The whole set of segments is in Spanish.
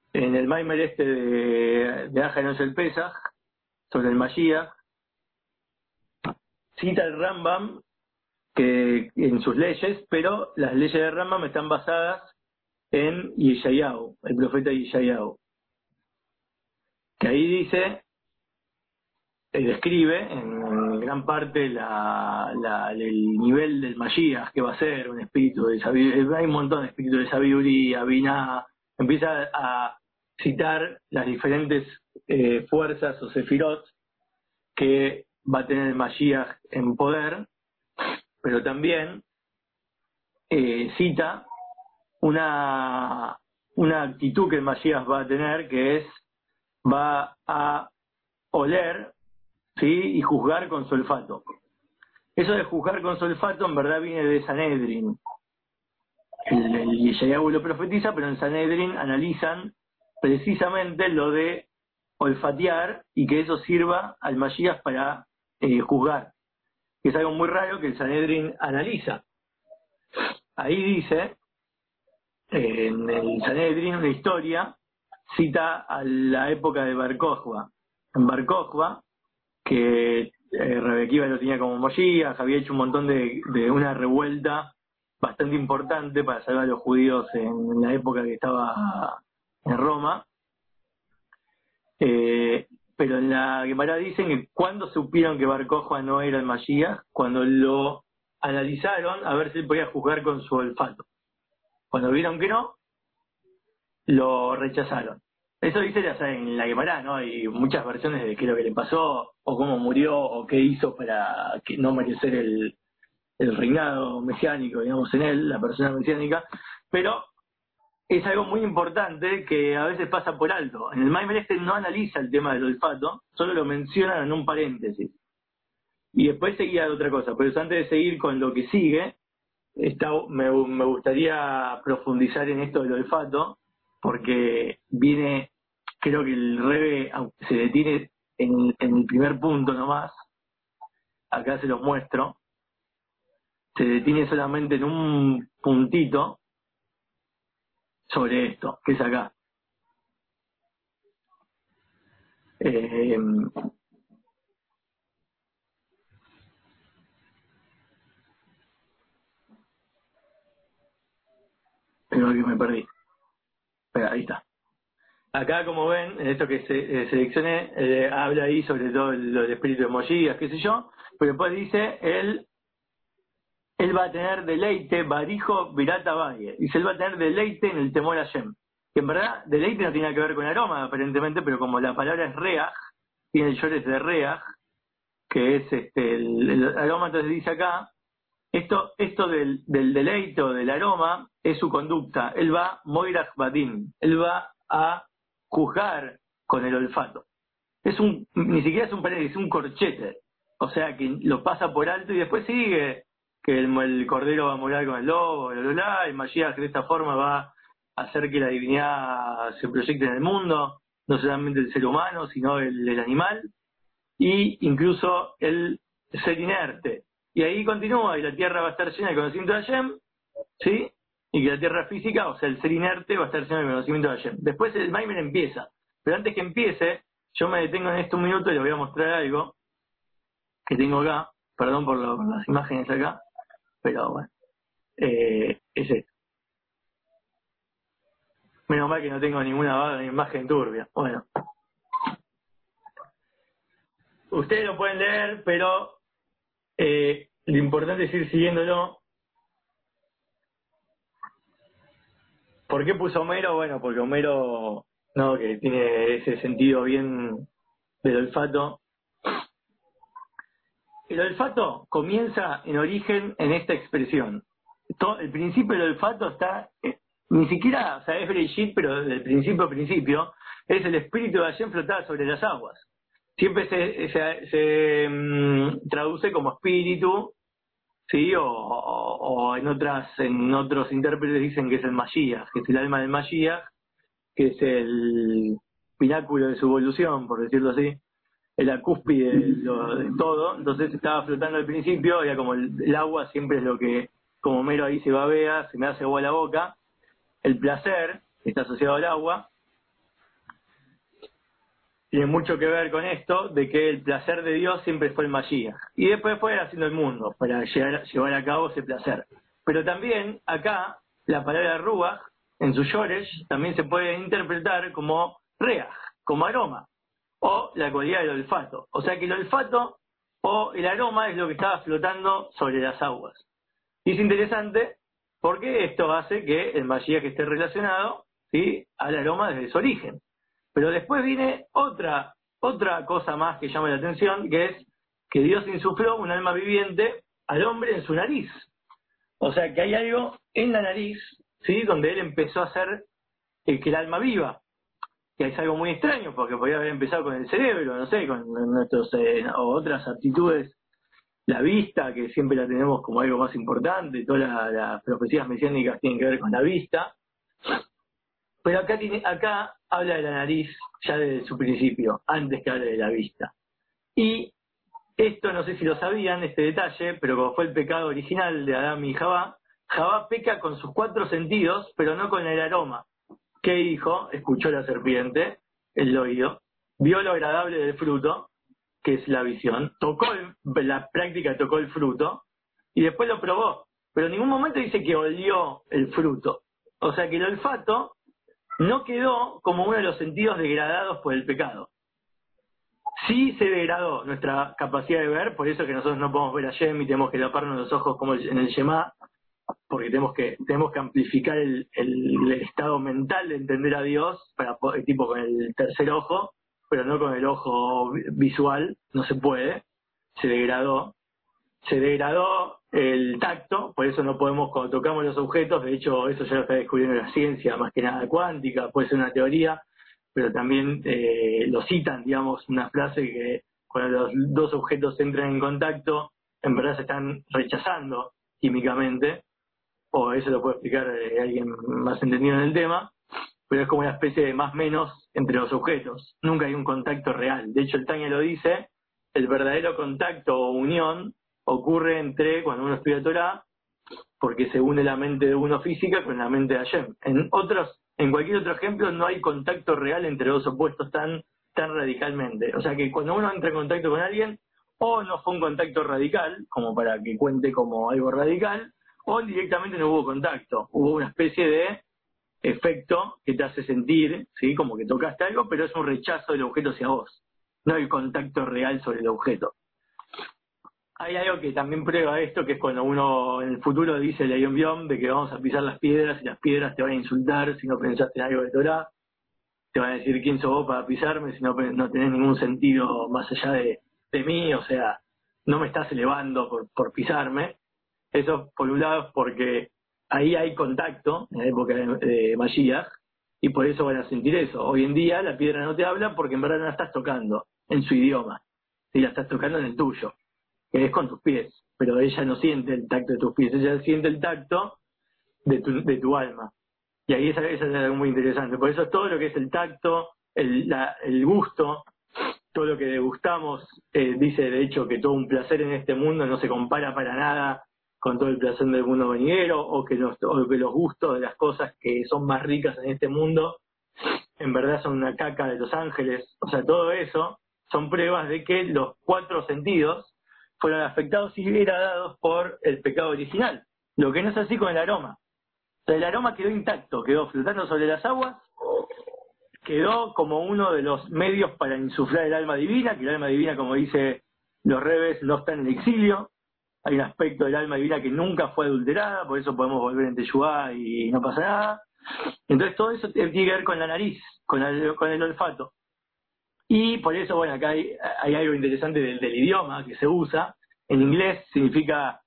en el Maimer este de Ajanos el Pesaj, sobre el Mashiach, cita el Rambam que en sus leyes, pero las leyes de Rambam están basadas en Yeshayahu, el profeta Yeshayahu, que ahí dice, describe en gran parte el nivel del Mashiach, que va a ser un espíritu de sabiduría. Hay un montón de espíritus de sabiduría, Binah, empieza a citar las diferentes fuerzas o sefirot que va a tener el Mashiach en poder, pero también cita una actitud que el Mashiach va a tener, que es, va a oler, ¿sí?, y juzgar con su olfato. Eso de juzgar con su olfato en verdad viene de Sanedrin. El Yeshayahu lo profetiza, pero en Sanedrin analizan precisamente lo de olfatear y que eso sirva al Mashiach para juzgar. Que es algo muy raro que el Sanedrin analiza. Ahí dice, en el Sanedrin, una historia, cita a la época de Bar Kokhba. En Bar Kokhba, que Rebequiva lo tenía como Moshiach, había hecho un montón de una revuelta bastante importante para salvar a los judíos en la época que estaba en Roma. Pero en la Gemara dicen que cuando supieron que Bar Kokhba no era el Mashiach, cuando lo analizaron a ver si él podía juzgar con su olfato. Cuando vieron que no, lo rechazaron. Eso dice en la Gemara, ¿no? Hay muchas versiones de qué es lo que le pasó, o cómo murió, o qué hizo para que no merecer el reinado mesiánico, digamos, en él, la persona mesiánica, pero es algo muy importante que a veces pasa por alto. En el Maimer este no analiza el tema del olfato, solo lo mencionan en un paréntesis. Y después seguía de otra cosa, pero antes de seguir con lo que sigue, me gustaría profundizar en esto del olfato, porque viene, creo que el Rebe, aunque se detiene en el primer punto nomás, acá se los muestro, se detiene solamente en un puntito sobre esto, que es acá. Creo que me perdí. Espera, ahí está. Acá, como ven, en esto que seleccioné, habla ahí sobre todo lo del espíritu de Moshiach, qué sé yo, pero después dice, él va a tener deleite, Barijo Virata Valle. Dice, él va a tener deleite en el temor a Hashem. Que en verdad, deleite no tiene que ver con aroma, aparentemente, pero como la palabra es reaj, tiene el yores de reaj, que es el aroma, entonces dice acá, esto del deleite o del aroma es su conducta. Él va Moirach Badin, él va a juzgar con el olfato. Ni siquiera es un paréntesis, es un corchete. O sea que lo pasa por alto y después sigue que el cordero va a morar con el lobo, el Mashiach de esta forma va a hacer que la divinidad se proyecte en el mundo, no solamente el ser humano, sino el animal, y incluso el ser inerte. Y ahí continúa, y la tierra va a estar llena de conocimiento de Hashem, ¿sí? Y que la tierra física, o sea, el ser inerte, va a estar llena de conocimiento de Hashem. Después el Maimer empieza, pero antes que empiece, yo me detengo en un minuto y les voy a mostrar algo que tengo acá, perdón por las imágenes acá, pero bueno, es esto. Menos mal que no tengo ninguna imagen turbia. Bueno, ustedes lo pueden leer, pero lo importante es ir siguiéndolo. ¿Por qué puso Homero? Bueno, porque Homero, no, que tiene ese sentido bien del olfato. El olfato comienza en origen en esta expresión. El principio del olfato está, ni siquiera, o sea, es Bereshit, pero del principio a principio, es el espíritu de Hashem flotar sobre las aguas. Siempre se traduce como espíritu, ¿sí? O en otros intérpretes dicen que es el Mashiach, que es el alma del Mashiach, que es el pináculo de su evolución, por decirlo así, es la cúspide de todo. Entonces estaba flotando al principio, era como el agua siempre es lo que, como Homero ahí se babea, se me hace agua la boca. El placer está asociado al agua, tiene mucho que ver con esto, de que el placer de Dios siempre fue el Mashiach. Y después fue haciendo el mundo, para llevar a cabo ese placer. Pero también, acá, la palabra Ruach, en su Yoresh, también se puede interpretar como Reach, como aroma, o la cualidad del olfato. O sea que el olfato o el aroma es lo que estaba flotando sobre las aguas. Y es interesante porque esto hace que el Mashiach esté relacionado, ¿sí?, al aroma desde su origen. Pero después viene otra cosa más que llama la atención, que es que Dios insufló un alma viviente al hombre en su nariz. O sea que hay algo en la nariz, ¿sí?, donde él empezó a hacer que el alma viva. Que es algo muy extraño, porque podría haber empezado con el cerebro, no sé, con nuestros o otras aptitudes, la vista, que siempre la tenemos como algo más importante, todas las profecías mesiánicas tienen que ver con la vista. Pero acá habla de la nariz ya desde su principio, antes que hable de la vista. Y esto no sé si lo sabían, este detalle, pero como fue el pecado original de Adán y Javá, Javá peca con sus 4 sentidos, pero no con el aroma. ¿Qué dijo? Escuchó la serpiente, el oído, vio lo agradable del fruto, que es la visión, la práctica tocó el fruto, y después lo probó. Pero en ningún momento dice que olió el fruto. O sea que el olfato no quedó como uno de los sentidos degradados por el pecado. Sí se degradó nuestra capacidad de ver, por eso que nosotros no podemos ver a Shem y tenemos que taparnos los ojos como en el Shema, porque tenemos que amplificar el estado mental de entender a Dios, tipo con el tercer ojo, pero no con el ojo visual, no se puede, se degradó el tacto, por eso no podemos, cuando tocamos los objetos, de hecho eso ya lo está descubriendo la ciencia, más que nada cuántica, puede ser una teoría, pero también lo citan, digamos, una frase que cuando los 2 objetos entran en contacto, en verdad se están rechazando químicamente, o eso lo puede explicar alguien más entendido en el tema, pero es como una especie de más menos entre los objetos, nunca hay un contacto real. De hecho el Tanya lo dice, el verdadero contacto o unión ocurre cuando uno estudia Torah, porque se une la mente de uno física con la mente de Hashem. En cualquier otro ejemplo no hay contacto real entre 2 opuestos tan radicalmente. O sea que cuando uno entra en contacto con alguien, o no fue un contacto radical, como para que cuente como algo radical, o directamente no hubo contacto. Hubo una especie de efecto que te hace sentir, ¿sí?, como que tocaste algo, pero es un rechazo del objeto hacia vos. No hay contacto real sobre el objeto. Hay algo que también prueba esto, que es cuando uno en el futuro dice el Yom Yom, de que vamos a pisar las piedras y las piedras te van a insultar si no pensaste en algo de Torah, te van a decir quién sos vos para pisarme si no tenés ningún sentido más allá de mí, o sea, no me estás elevando por pisarme. Eso por un lado es porque ahí hay contacto en la época de Mashiach y por eso van a sentir eso. Hoy en día la piedra no te habla porque en verdad no la estás tocando en su idioma, si la estás tocando en el tuyo, que es con tus pies, pero ella no siente el tacto de tus pies, ella siente el tacto de tu alma. Y ahí esa es algo muy interesante. Por eso todo lo que es el tacto, el gusto, todo lo que degustamos, dice de hecho que todo un placer en este mundo no se compara para nada con todo el placer del mundo venidero, o que los gustos de las cosas que son más ricas en este mundo en verdad son una caca de los ángeles. O sea, todo eso son pruebas de que los 4 sentidos fueron afectados y degradados por el pecado original. Lo que no es así con el aroma. O sea, el aroma quedó intacto, quedó flotando sobre las aguas, quedó como uno de los medios para insuflar el alma divina, que el alma divina, como dice los rebes, no está en el exilio. Hay un aspecto del alma divina que nunca fue adulterada, por eso podemos volver en Teshuvá y no pasa nada. Entonces todo eso tiene que ver con la nariz, con el olfato. Y por eso, bueno, acá hay algo interesante del idioma que se usa. En inglés significa,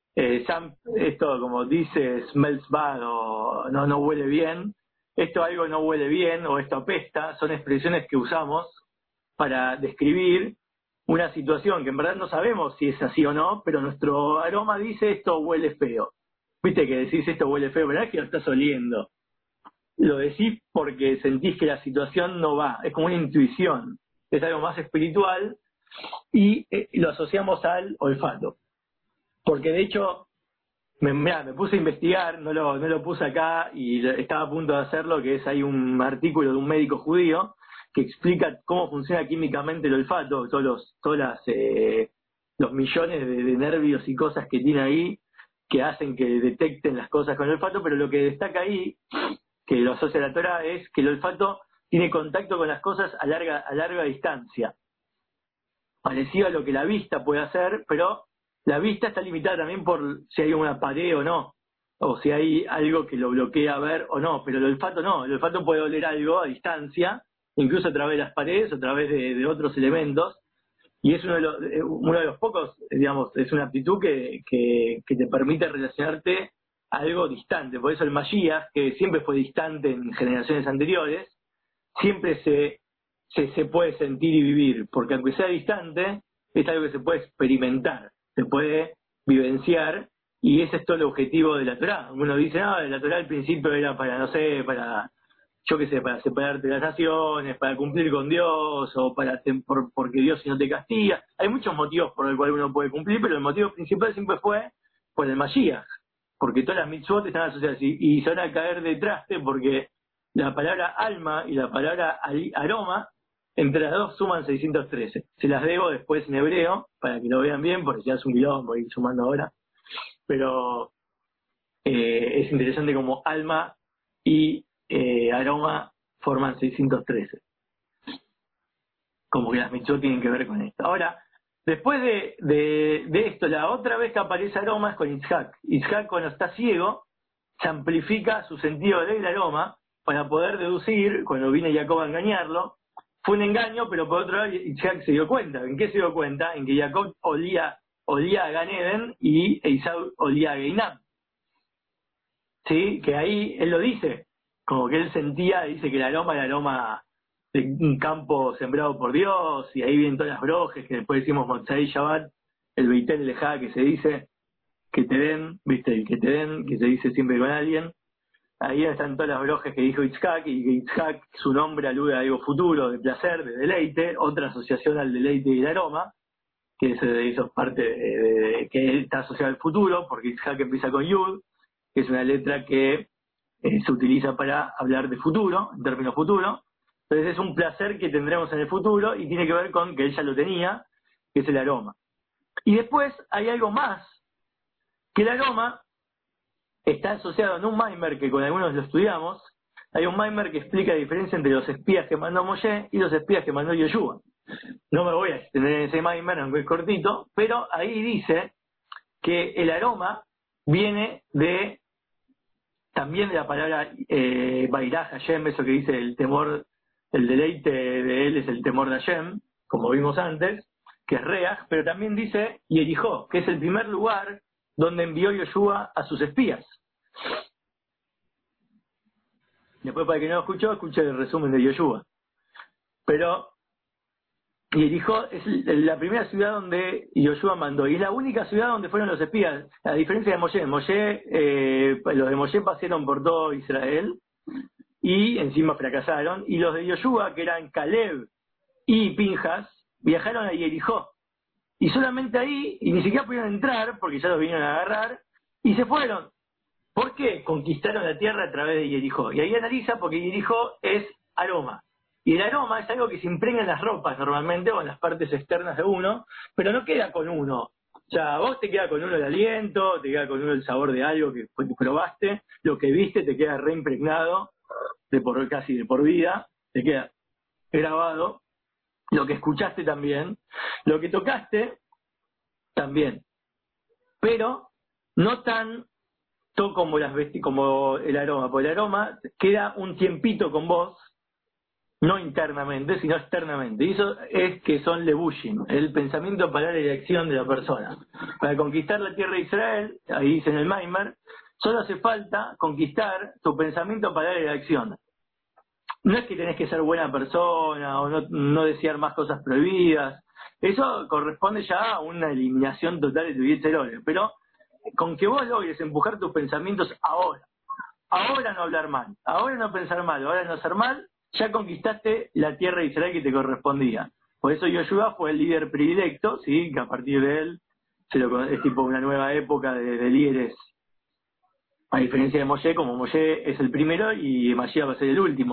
esto como dice, smells bad, o no huele bien. Esto algo no huele bien, o esto apesta, son expresiones que usamos para describir una situación que en verdad no sabemos si es así o no, pero nuestro aroma dice esto huele feo. Viste que decís esto huele feo, pero no es que lo estás oliendo. Lo decís porque sentís que la situación no va, es como una intuición, es algo más espiritual y lo asociamos al olfato. Porque de hecho, me puse a investigar, no lo puse acá y estaba a punto de hacerlo, que hay un artículo de un médico judío que explica cómo funciona químicamente el olfato, todos los millones de nervios y cosas que tiene ahí que hacen que detecten las cosas con el olfato, pero lo que destaca ahí, que lo asocia a la Torá, es que el olfato tiene contacto con las cosas a larga distancia, parecido a lo que la vista puede hacer, pero la vista está limitada también por si hay una pared o no, o si hay algo que lo bloquea a ver o no, pero el olfato no, el olfato puede oler algo a distancia, incluso a través de las paredes o a través de otros elementos, y es uno de los pocos, digamos, es una aptitud que te permite relacionarte a algo distante. Por eso el Mashiach, que siempre fue distante en generaciones anteriores, siempre se puede sentir y vivir, porque aunque sea distante, es algo que se puede experimentar, se puede vivenciar, y ese es todo el objetivo de la Torá. Uno dice, no, la Torá al principio era para, no sé, para, yo qué sé, para separarte de las naciones, para cumplir con Dios, o porque Dios si no te castiga. Hay muchos motivos por los cuales uno puede cumplir, pero el motivo principal siempre fue por el Mashiach, porque todas las mitzvot están asociadas y se van a caer de traste porque la palabra alma y la palabra aroma, entre las dos suman 613. Se las debo después en hebreo, para que lo vean bien, porque ya es un quilombo ir sumando ahora. Pero es interesante como alma y aroma forman 613. Como que las mitzvot tienen que ver con esto. Ahora, después de esto, la otra vez que aparece aroma es con Yitzhak. Yitzhak, cuando está ciego, se amplifica su sentido del aroma para poder deducir, cuando viene Jacob a engañarlo, fue un engaño, pero por otro lado Yitzhak se dio cuenta. ¿En qué se dio cuenta? En que Jacob olía a Gan Eden y Esaú olía a Geinam. ¿Sí? Que ahí él lo dice, como que él sentía, dice que el aroma era el aroma de un campo sembrado por Dios, y ahí vienen todas las brojes, que después decimos Motzai Shabbat, el Beitel Lejá que se dice, que te den, viste, el que te den, que se dice siempre con alguien. Ahí están todas las brojes que dijo Yitzhak, y que Yitzhak, su nombre alude a algo futuro, de placer, de deleite, otra asociación al deleite y el aroma, que eso es parte que está asociado al futuro, porque Yitzhak empieza con Yud, que es una letra que se utiliza para hablar de futuro, en términos futuro. Entonces es un placer que tendremos en el futuro y tiene que ver con que él ya lo tenía, que es el aroma. Y después hay algo más, que el aroma está asociado en un Maimer que con algunos lo estudiamos. Hay un Maimer que explica la diferencia entre los espías que mandó Moshe y los espías que mandó Yoshua. No me voy a extender en ese Maimer, aunque es cortito, pero ahí dice que el aroma viene también de la palabra Bairaj Hashem, eso que dice el temor, el deleite de él es el temor de Hashem, como vimos antes, que es Reach, pero también dice Yericó, que es el primer lugar donde envió Yoshua a sus espías. Después, para el que no lo escuchó, escuche el resumen de Yoshua. Pero Yericó es la primera ciudad donde Yoshua mandó, y es la única ciudad donde fueron los espías, a diferencia de Moshe. Los de Moshe pasaron por todo Israel y encima fracasaron, y los de Yoshua, que eran Caleb y Pinjas, viajaron a Yericó, y solamente ahí, y ni siquiera pudieron entrar porque ya los vinieron a agarrar, y se fueron. ¿Por qué? Conquistaron la tierra a través de Yericó. Y ahí analiza, porque Yericó es aroma. Y el aroma es algo que se impregna en las ropas normalmente o en las partes externas de uno, pero no queda con uno. O sea, vos te queda con uno el aliento, te queda con uno el sabor de algo que probaste, lo que viste te queda reimpregnado casi de por vida, te queda grabado, lo que escuchaste también, lo que tocaste también, pero no tanto como como el aroma, porque el aroma queda un tiempito con vos, no internamente, sino externamente. Y eso es que son lebushim, el pensamiento, palabra y acción de la persona. Para conquistar la tierra de Israel, ahí dice en el Maimer, solo hace falta conquistar tu pensamiento, palabra y acción. No es que tenés que ser buena persona o no desear más cosas prohibidas. Eso corresponde ya a una eliminación total de tu yetzer, pero con que vos logres empujar tus pensamientos ahora no hablar mal, ahora no pensar mal, ahora no hacer mal, ya conquistaste la tierra de Israel que te correspondía. Por eso Yoshua fue el líder predilecto, ¿sí? Que a partir de él es tipo una nueva época de líderes. A diferencia de Moshe, como Moshe es el primero y Mashiach va a ser el último.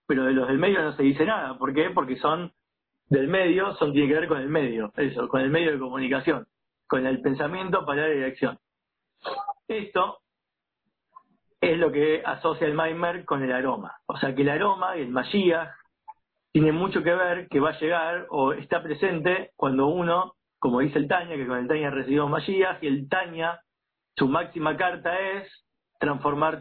pero de los del medio no se dice nada. ¿Por qué? Porque son del medio, tiene que ver con el medio, eso, con el medio de comunicación, con el pensamiento, palabra y acción. Esto es lo que asocia el Maimer con el aroma. O sea que el aroma y el Mashiach tiene mucho que ver, que va a llegar o está presente cuando uno, como dice el Tanya, que con el Tanya recibimos Mashiach, y el Tanya, su máxima carta es transformar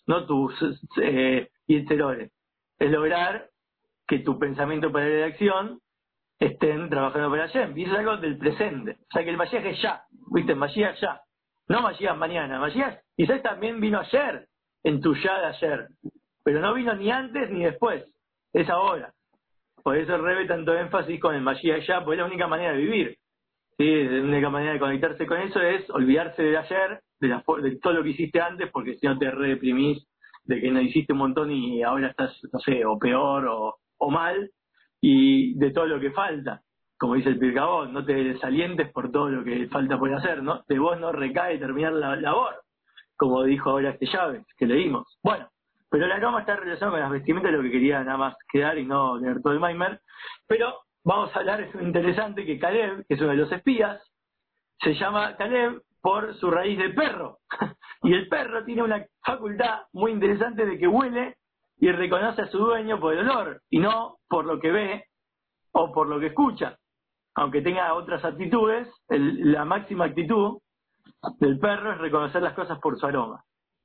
Yetzerores, es lograr que tu pensamiento, palabra y acción estén trabajando para Hashem. Y eso es algo del presente. O sea que el Mashiach es ya, ¿viste? Mashiach ya. No Mashiach mañana. Mashiach quizás también vino ayer, en tu ya de ayer. Pero no vino ni antes ni después. Es ahora. Por eso Rebe tanto énfasis con el Mashiach ya, porque es la única manera de vivir. ¿Sí? La única manera de conectarse con eso es olvidarse de ayer, de todo lo que hiciste antes, porque si no te redeprimís de que no hiciste un montón y ahora estás, no sé, o peor o mal, y de todo lo que falta. Como dice el Pirkabot, no te desalientes por todo lo que falta por hacer, ¿no? De vos no recae terminar la labor, como dijo ahora este Chávez, que leímos. Bueno, pero el aroma está relacionado con las vestimentas, lo que quería nada más quedar y no leer todo el Maimer. Pero vamos a hablar, es interesante, que Caleb, que es uno de los espías, se llama Caleb por su raíz de perro. Y el perro tiene una facultad muy interesante de que huele y reconoce a su dueño por el olor, y no por lo que ve o por lo que escucha. Aunque tenga otras actitudes, la máxima actitud del perro es reconocer las cosas por su aroma.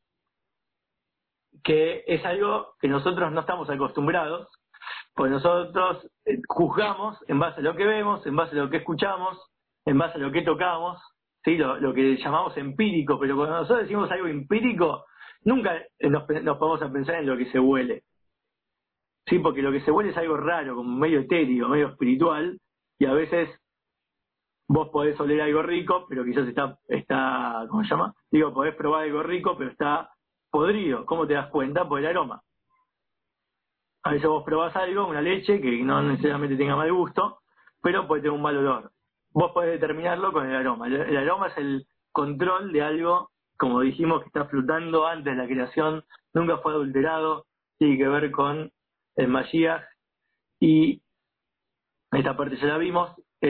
Que es algo que nosotros no estamos acostumbrados, porque nosotros juzgamos en base a lo que vemos, en base a lo que escuchamos, en base a lo que tocamos, ¿sí? Lo que llamamos empírico, pero cuando nosotros decimos algo empírico, nunca nos ponemos a pensar en lo que se huele. Sí, porque lo que se huele es algo raro, como medio etéreo, medio espiritual, y a veces vos podés oler algo rico, pero quizás está, ¿cómo se llama? Digo, podés probar algo rico, pero está podrido. ¿Cómo te das cuenta? Por el aroma. A veces vos probás algo, una leche, que no necesariamente tenga mal gusto, pero puede tener un mal olor. Vos podés determinarlo con el aroma. El aroma es el control de algo, como dijimos, que está flotando antes de la creación, nunca fue adulterado, tiene que ver con el Mashiach, y esta parte ya la vimos,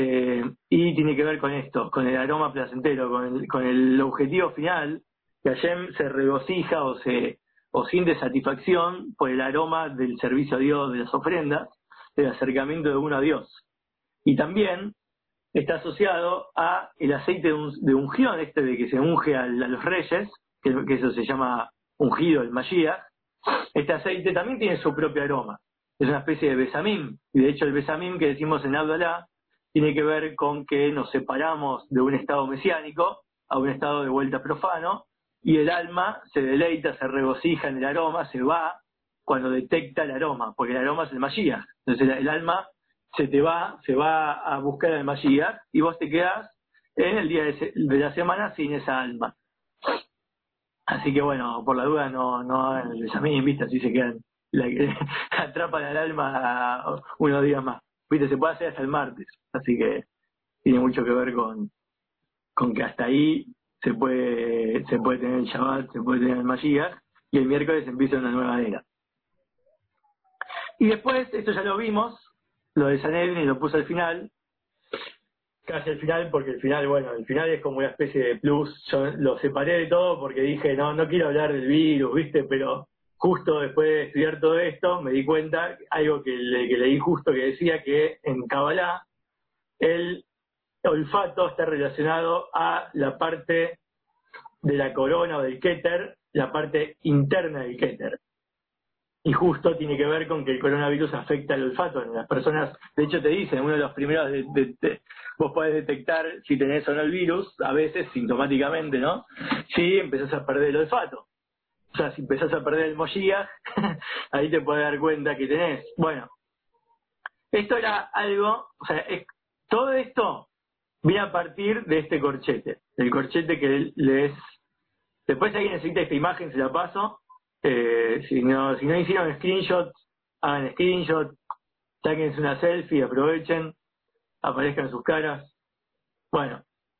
y tiene que ver con esto, con el aroma placentero, con el objetivo final, que Hashem se regocija o siente satisfacción por el aroma del servicio a Dios, de las ofrendas, del acercamiento de uno a Dios. Y también está asociado a el aceite de ungión, de que se unge a los reyes, que eso se llama ungido, el Mashiach. Este aceite también tiene su propio aroma. Es una especie de besamín, y de hecho el besamín que decimos en Abdalá tiene que ver con que nos separamos de un estado mesiánico a un estado de vuelta profano, y el alma se deleita, se regocija en el aroma, se va cuando detecta el aroma, porque el aroma es el Mashiach. Entonces el alma se va a buscar el Mashiach, y vos te quedás en el día de la semana sin esa alma. Así que bueno, por la duda no hagan el besamín, ¿viste? Así se quedan, atrapan al alma unos días más. ¿Viste? Se puede hacer hasta el martes, así que tiene mucho que ver con que hasta ahí se puede tener el Shabbat, se puede tener el Mashiach, y el miércoles empieza una nueva era. Y después, esto ya lo vimos, lo de Sanedrin, y lo puse al final, casi al final, porque el final es como una especie de plus. Yo lo separé de todo porque dije, no quiero hablar del virus, ¿viste? Pero justo después de estudiar todo esto, me di cuenta, algo que leí justo, que decía que en Kabbalah el olfato está relacionado a la parte de la corona o del Keter, la parte interna del Keter. Y justo tiene que ver con que el coronavirus afecta el olfato en las personas. De hecho te dicen, uno de los primeros vos podés detectar si tenés o no el virus, a veces sintomáticamente, ¿no? Si empezás a perder el olfato. O sea, si empezás a perder el Moshiach, ahí te podés dar cuenta que tenés. Bueno, esto era algo, o sea, todo esto viene a partir de este corchete. El corchete que les... Después alguien necesita esta imagen, se la paso. Si no hicieron screenshot, hagan screenshot, sáquense una selfie, aprovechen, aparezcan sus caras. Bueno,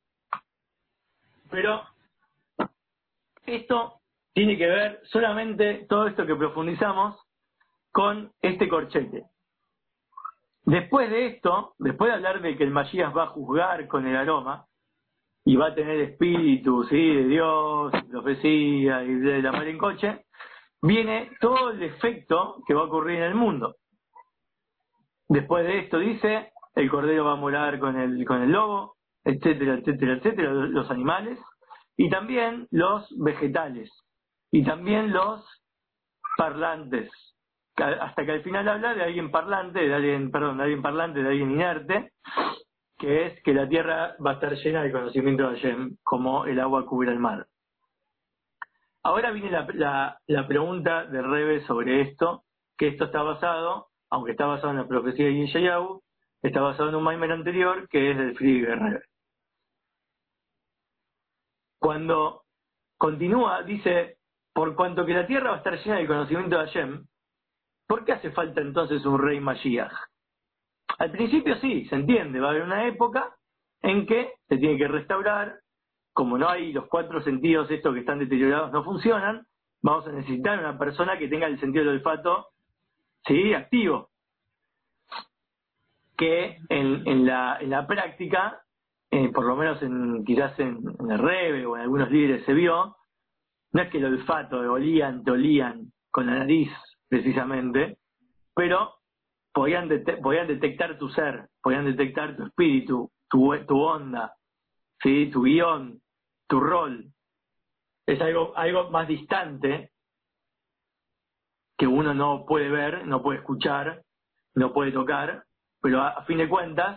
pero esto tiene que ver solamente, todo esto que profundizamos, con este corchete. Después de esto, después de hablar de que el Mashiach va a juzgar con el aroma, y va a tener espíritu, ¿sí?, de Dios, profecía y de la mar en coche, viene todo el efecto que va a ocurrir en el mundo. Después de esto dice, el cordero va a morar con el lobo, etcétera, etcétera, etcétera, los animales, y también los vegetales, y también los parlantes, hasta que al final habla de alguien parlante, de alguien inerte, que es que la tierra va a estar llena de conocimiento de Hashem, como el agua cubre el mar. Ahora viene la pregunta de Rebe sobre esto, que esto está basado, aunque está basado en la profecía de Yeshayahu, está basado en un maimer anterior, que es del Frierdiker Rebbe. Cuando continúa, dice, por cuanto que la tierra va a estar llena de conocimiento de Hashem, ¿por qué hace falta entonces un rey Mashiach? Al principio sí, se entiende, va a haber una época en que se tiene que restaurar, como no hay los 4 sentidos estos que están deteriorados, no funcionan, vamos a necesitar una persona que tenga el sentido del olfato, sí, activo. Que en la práctica, por lo menos quizás en el Rebbe o en algunos líderes se vio, no es que el olfato te olían con la nariz precisamente, pero podían detectar tu ser, podían detectar tu espíritu, tu onda, ¿sí?, tu guión, tu rol. Es algo más distante que uno no puede ver, no puede escuchar, no puede tocar, pero a fin de cuentas,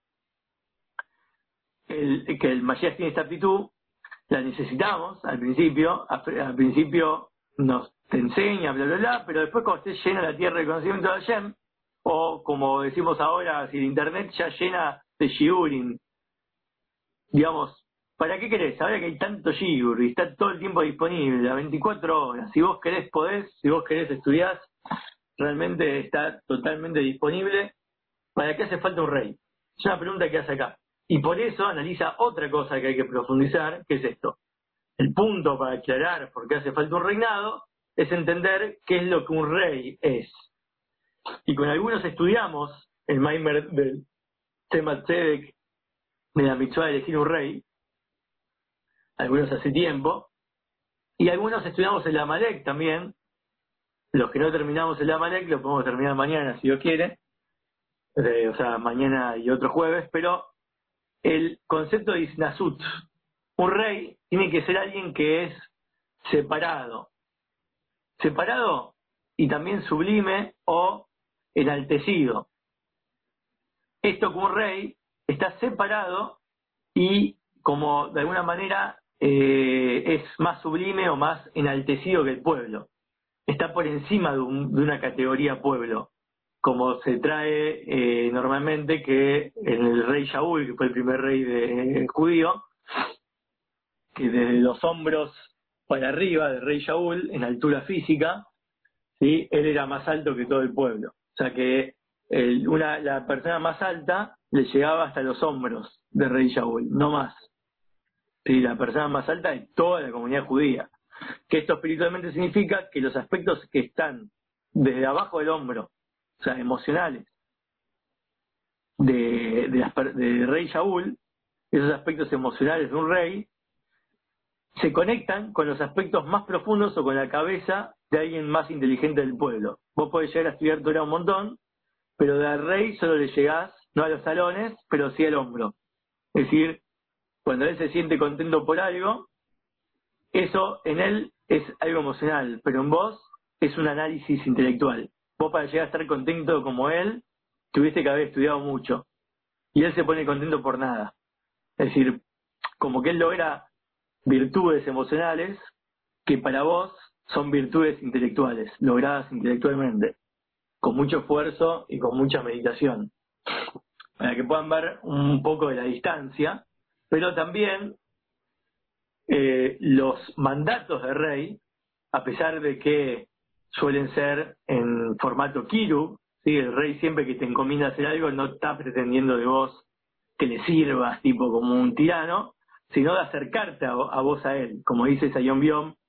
que el Mashiach tiene esta aptitud, la necesitamos al principio nos te enseña, bla, bla, bla, pero después cuando esté llena la tierra de conocimiento de Hashem, o como decimos ahora, si el internet ya llena de shiurim, digamos, ¿para qué querés? Ahora que hay tanto shiur y está todo el tiempo disponible, a 24 horas, si vos querés podés, si vos querés estudiar, realmente está totalmente disponible. ¿Para qué hace falta un rey? Es una pregunta que hace acá. Y por eso analiza otra cosa que hay que profundizar, que es esto. El punto para aclarar por qué hace falta un reinado es entender qué es lo que un rey es. Y con algunos estudiamos el Maimer del Tzemach Tzedek, de la mitzvah de elegir un rey, algunos hace tiempo, y algunos estudiamos el Amalek también. Los que no terminamos el Amalek lo podemos terminar mañana si Dios quiere, o sea, mañana y otro jueves, pero el concepto de Isnasut, un rey tiene que ser alguien que es separado y también sublime o enaltecido. Esto como un rey está separado y como de alguna manera es más sublime o más enaltecido que el pueblo. Está por encima de una categoría pueblo, como se trae normalmente que en el rey Shaul, que fue el primer rey judío, que desde los hombros para arriba del rey Shaul, en altura física, ¿sí?, él era más alto que todo el pueblo. O sea que la persona más alta le llegaba hasta los hombros del rey Shaul, no más. ¿Sí? La persona más alta de toda la comunidad judía. Que esto espiritualmente significa que los aspectos que están desde abajo del hombro, o sea, emocionales, de rey Shaul, esos aspectos emocionales de un rey, se conectan con los aspectos más profundos o con la cabeza de alguien más inteligente del pueblo. Vos podés llegar a estudiar Torah un montón, pero del rey solo le llegás, no a los talones, pero sí al hombro. Es decir, cuando él se siente contento por algo, eso en él es algo emocional, pero en vos es un análisis intelectual. Vos para llegar a estar contento como él, tuviste que haber estudiado mucho. Y él se pone contento por nada. Es decir, como que él logra virtudes emocionales que para vos son virtudes intelectuales, logradas intelectualmente, con mucho esfuerzo y con mucha meditación, para que puedan ver un poco de la distancia, pero también los mandatos de rey, a pesar de que suelen ser en formato kiru, ¿sí? El rey siempre que te encomienda hacer algo no está pretendiendo de vos que le sirvas tipo como un tirano, sino de acercarte a vos a él, como dice Sayom Biom,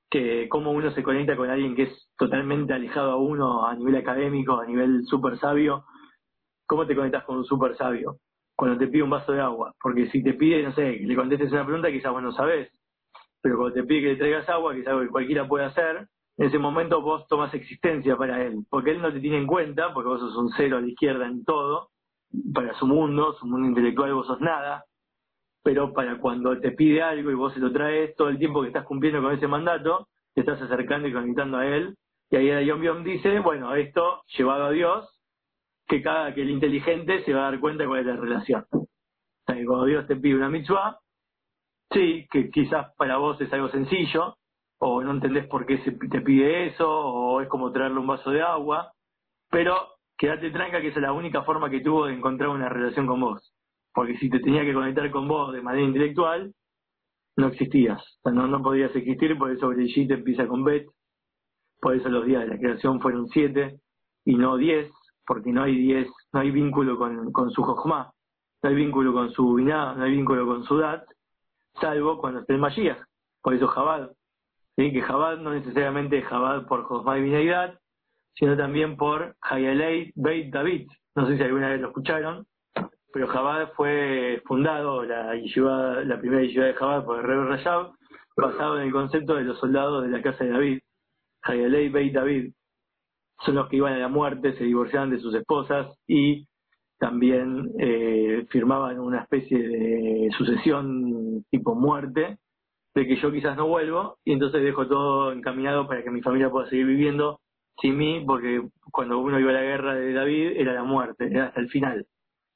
que cómo uno se conecta con alguien que es totalmente alejado a uno a nivel académico, a nivel súper sabio. ¿Cómo te conectas con un súper sabio? Cuando te pide un vaso de agua. Porque si te pide, no sé, que le contestes una pregunta, quizás vos no sabés. Pero cuando te pide que le traigas agua, que es algo que cualquiera puede hacer, en ese momento vos tomas existencia para él. Porque él no te tiene en cuenta, porque vos sos un cero a la izquierda en todo, para su mundo intelectual vos sos nada. Pero para cuando te pide algo y vos se lo traes, todo el tiempo que estás cumpliendo con ese mandato, te estás acercando y conectando a él. Y ahí el Yom Yom dice, bueno, esto llevado a Dios, que el inteligente se va a dar cuenta de cuál es la relación. O sea, que cuando Dios te pide una mitzvah, sí, que quizás para vos es algo sencillo, o no entendés por qué te pide eso, o es como traerle un vaso de agua, pero quédate tranca que esa es la única forma que tuvo de encontrar una relación con vos. Porque si te tenía que conectar con vos de manera intelectual, no existías. O sea, no podías existir, por eso Brigitte empieza con Bet, por eso los días de la creación fueron 7 y no 10, porque no hay 10, no hay vínculo con su Jochma, no hay vínculo con su Binah, no hay vínculo con su Dat, salvo cuando esté el Mashiach. Por eso Jabad, ¿sí? Que Jabad no necesariamente es Jabad por Jochma y Binah y Dat, sino también por Hayalei Beit David. No sé si alguna vez lo escucharon, pero Jabad fue fundado, la primera yeshiva de Jabad por el Rebbe Rajab, basado en el concepto de los soldados de la casa de David. Hayalei Beit David son los que iban a la muerte, se divorciaban de sus esposas y también firmaban una especie de sucesión tipo muerte, de que yo quizás no vuelvo y entonces dejo todo encaminado para que mi familia pueda seguir viviendo sin mí, porque cuando uno iba a la guerra de David era la muerte, era hasta el final.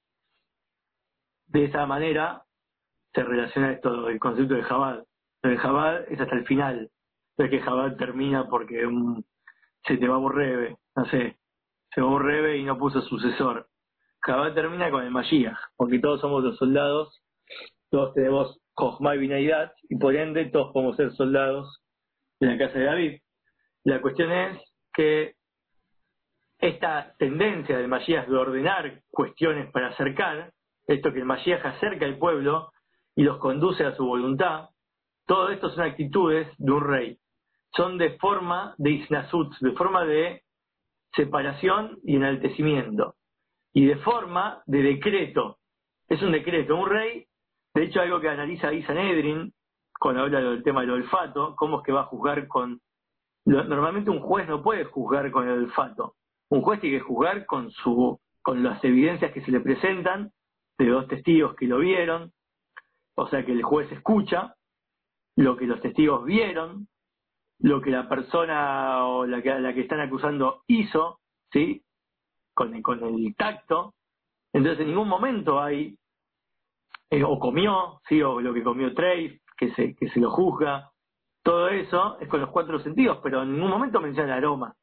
De esa manera se relaciona esto, el concepto de Jabad. El Jabad es hasta el final, no es que Jabad termina porque se te va Borrebe, no sé, se va Borrebe y no puso sucesor. Jabad termina con el Mashiach, porque todos somos los soldados, todos tenemos Jochma y Binaidat, y por ende todos podemos ser soldados de la casa de David. La cuestión es que esta tendencia del Mashiach de ordenar cuestiones para acercar, esto que el Mashiach acerca al pueblo y los conduce a su voluntad, todo esto son actitudes de un rey. Son de forma de isnasut, de forma de separación y enaltecimiento, y de forma de decreto. Es un decreto. Un rey, de hecho, algo que analiza ahí Sanedrin, cuando habla del tema del olfato, cómo es que va a juzgar con... Normalmente un juez no puede juzgar con el olfato. Un juez tiene que juzgar con las evidencias que se le presentan de 2 testigos que lo vieron, o sea que el juez escucha lo que los testigos vieron, lo que la persona o la que están acusando hizo, ¿sí? Con el tacto. Entonces en ningún momento hay o comió, ¿sí? O lo que comió Treif, que se lo juzga. Todo eso es con los 4 sentidos, pero en ningún momento menciona el aroma.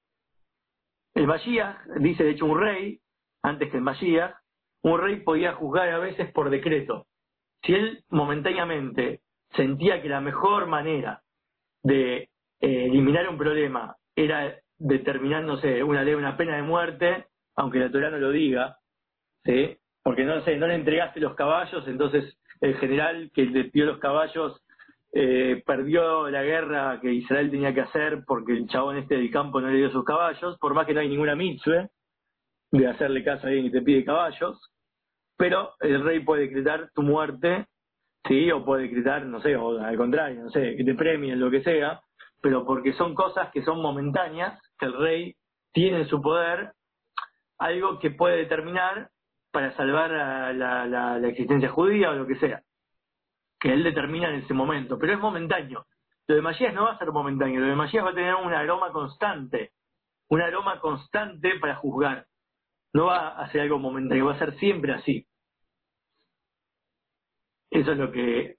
El Mashiach, dice de hecho un rey, antes que el Mashiach, un rey podía juzgar a veces por decreto. Si él momentáneamente sentía que la mejor manera de eliminar un problema era determinar, no sé, una pena de muerte, aunque la Torá no lo diga, ¿sí? Porque no le entregaste los caballos, entonces el general que le dio los caballos perdió la guerra que Israel tenía que hacer porque el chabón del campo no le dio sus caballos, por más que no hay ninguna mitzvah de hacerle caso a alguien que te pide caballos, pero el rey puede decretar tu muerte, sí, o puede decretar, no sé, o al contrario, no sé, que te premien, lo que sea, pero porque son cosas que son momentáneas, que el rey tiene en su poder algo que puede determinar para salvar a la existencia judía o lo que sea, que él determina en ese momento, pero es momentáneo. Lo de Mashiach no va a ser momentáneo, lo de Mashiach va a tener un aroma constante para juzgar. No va a ser algo momentáneo, va a ser siempre así. Eso es lo que,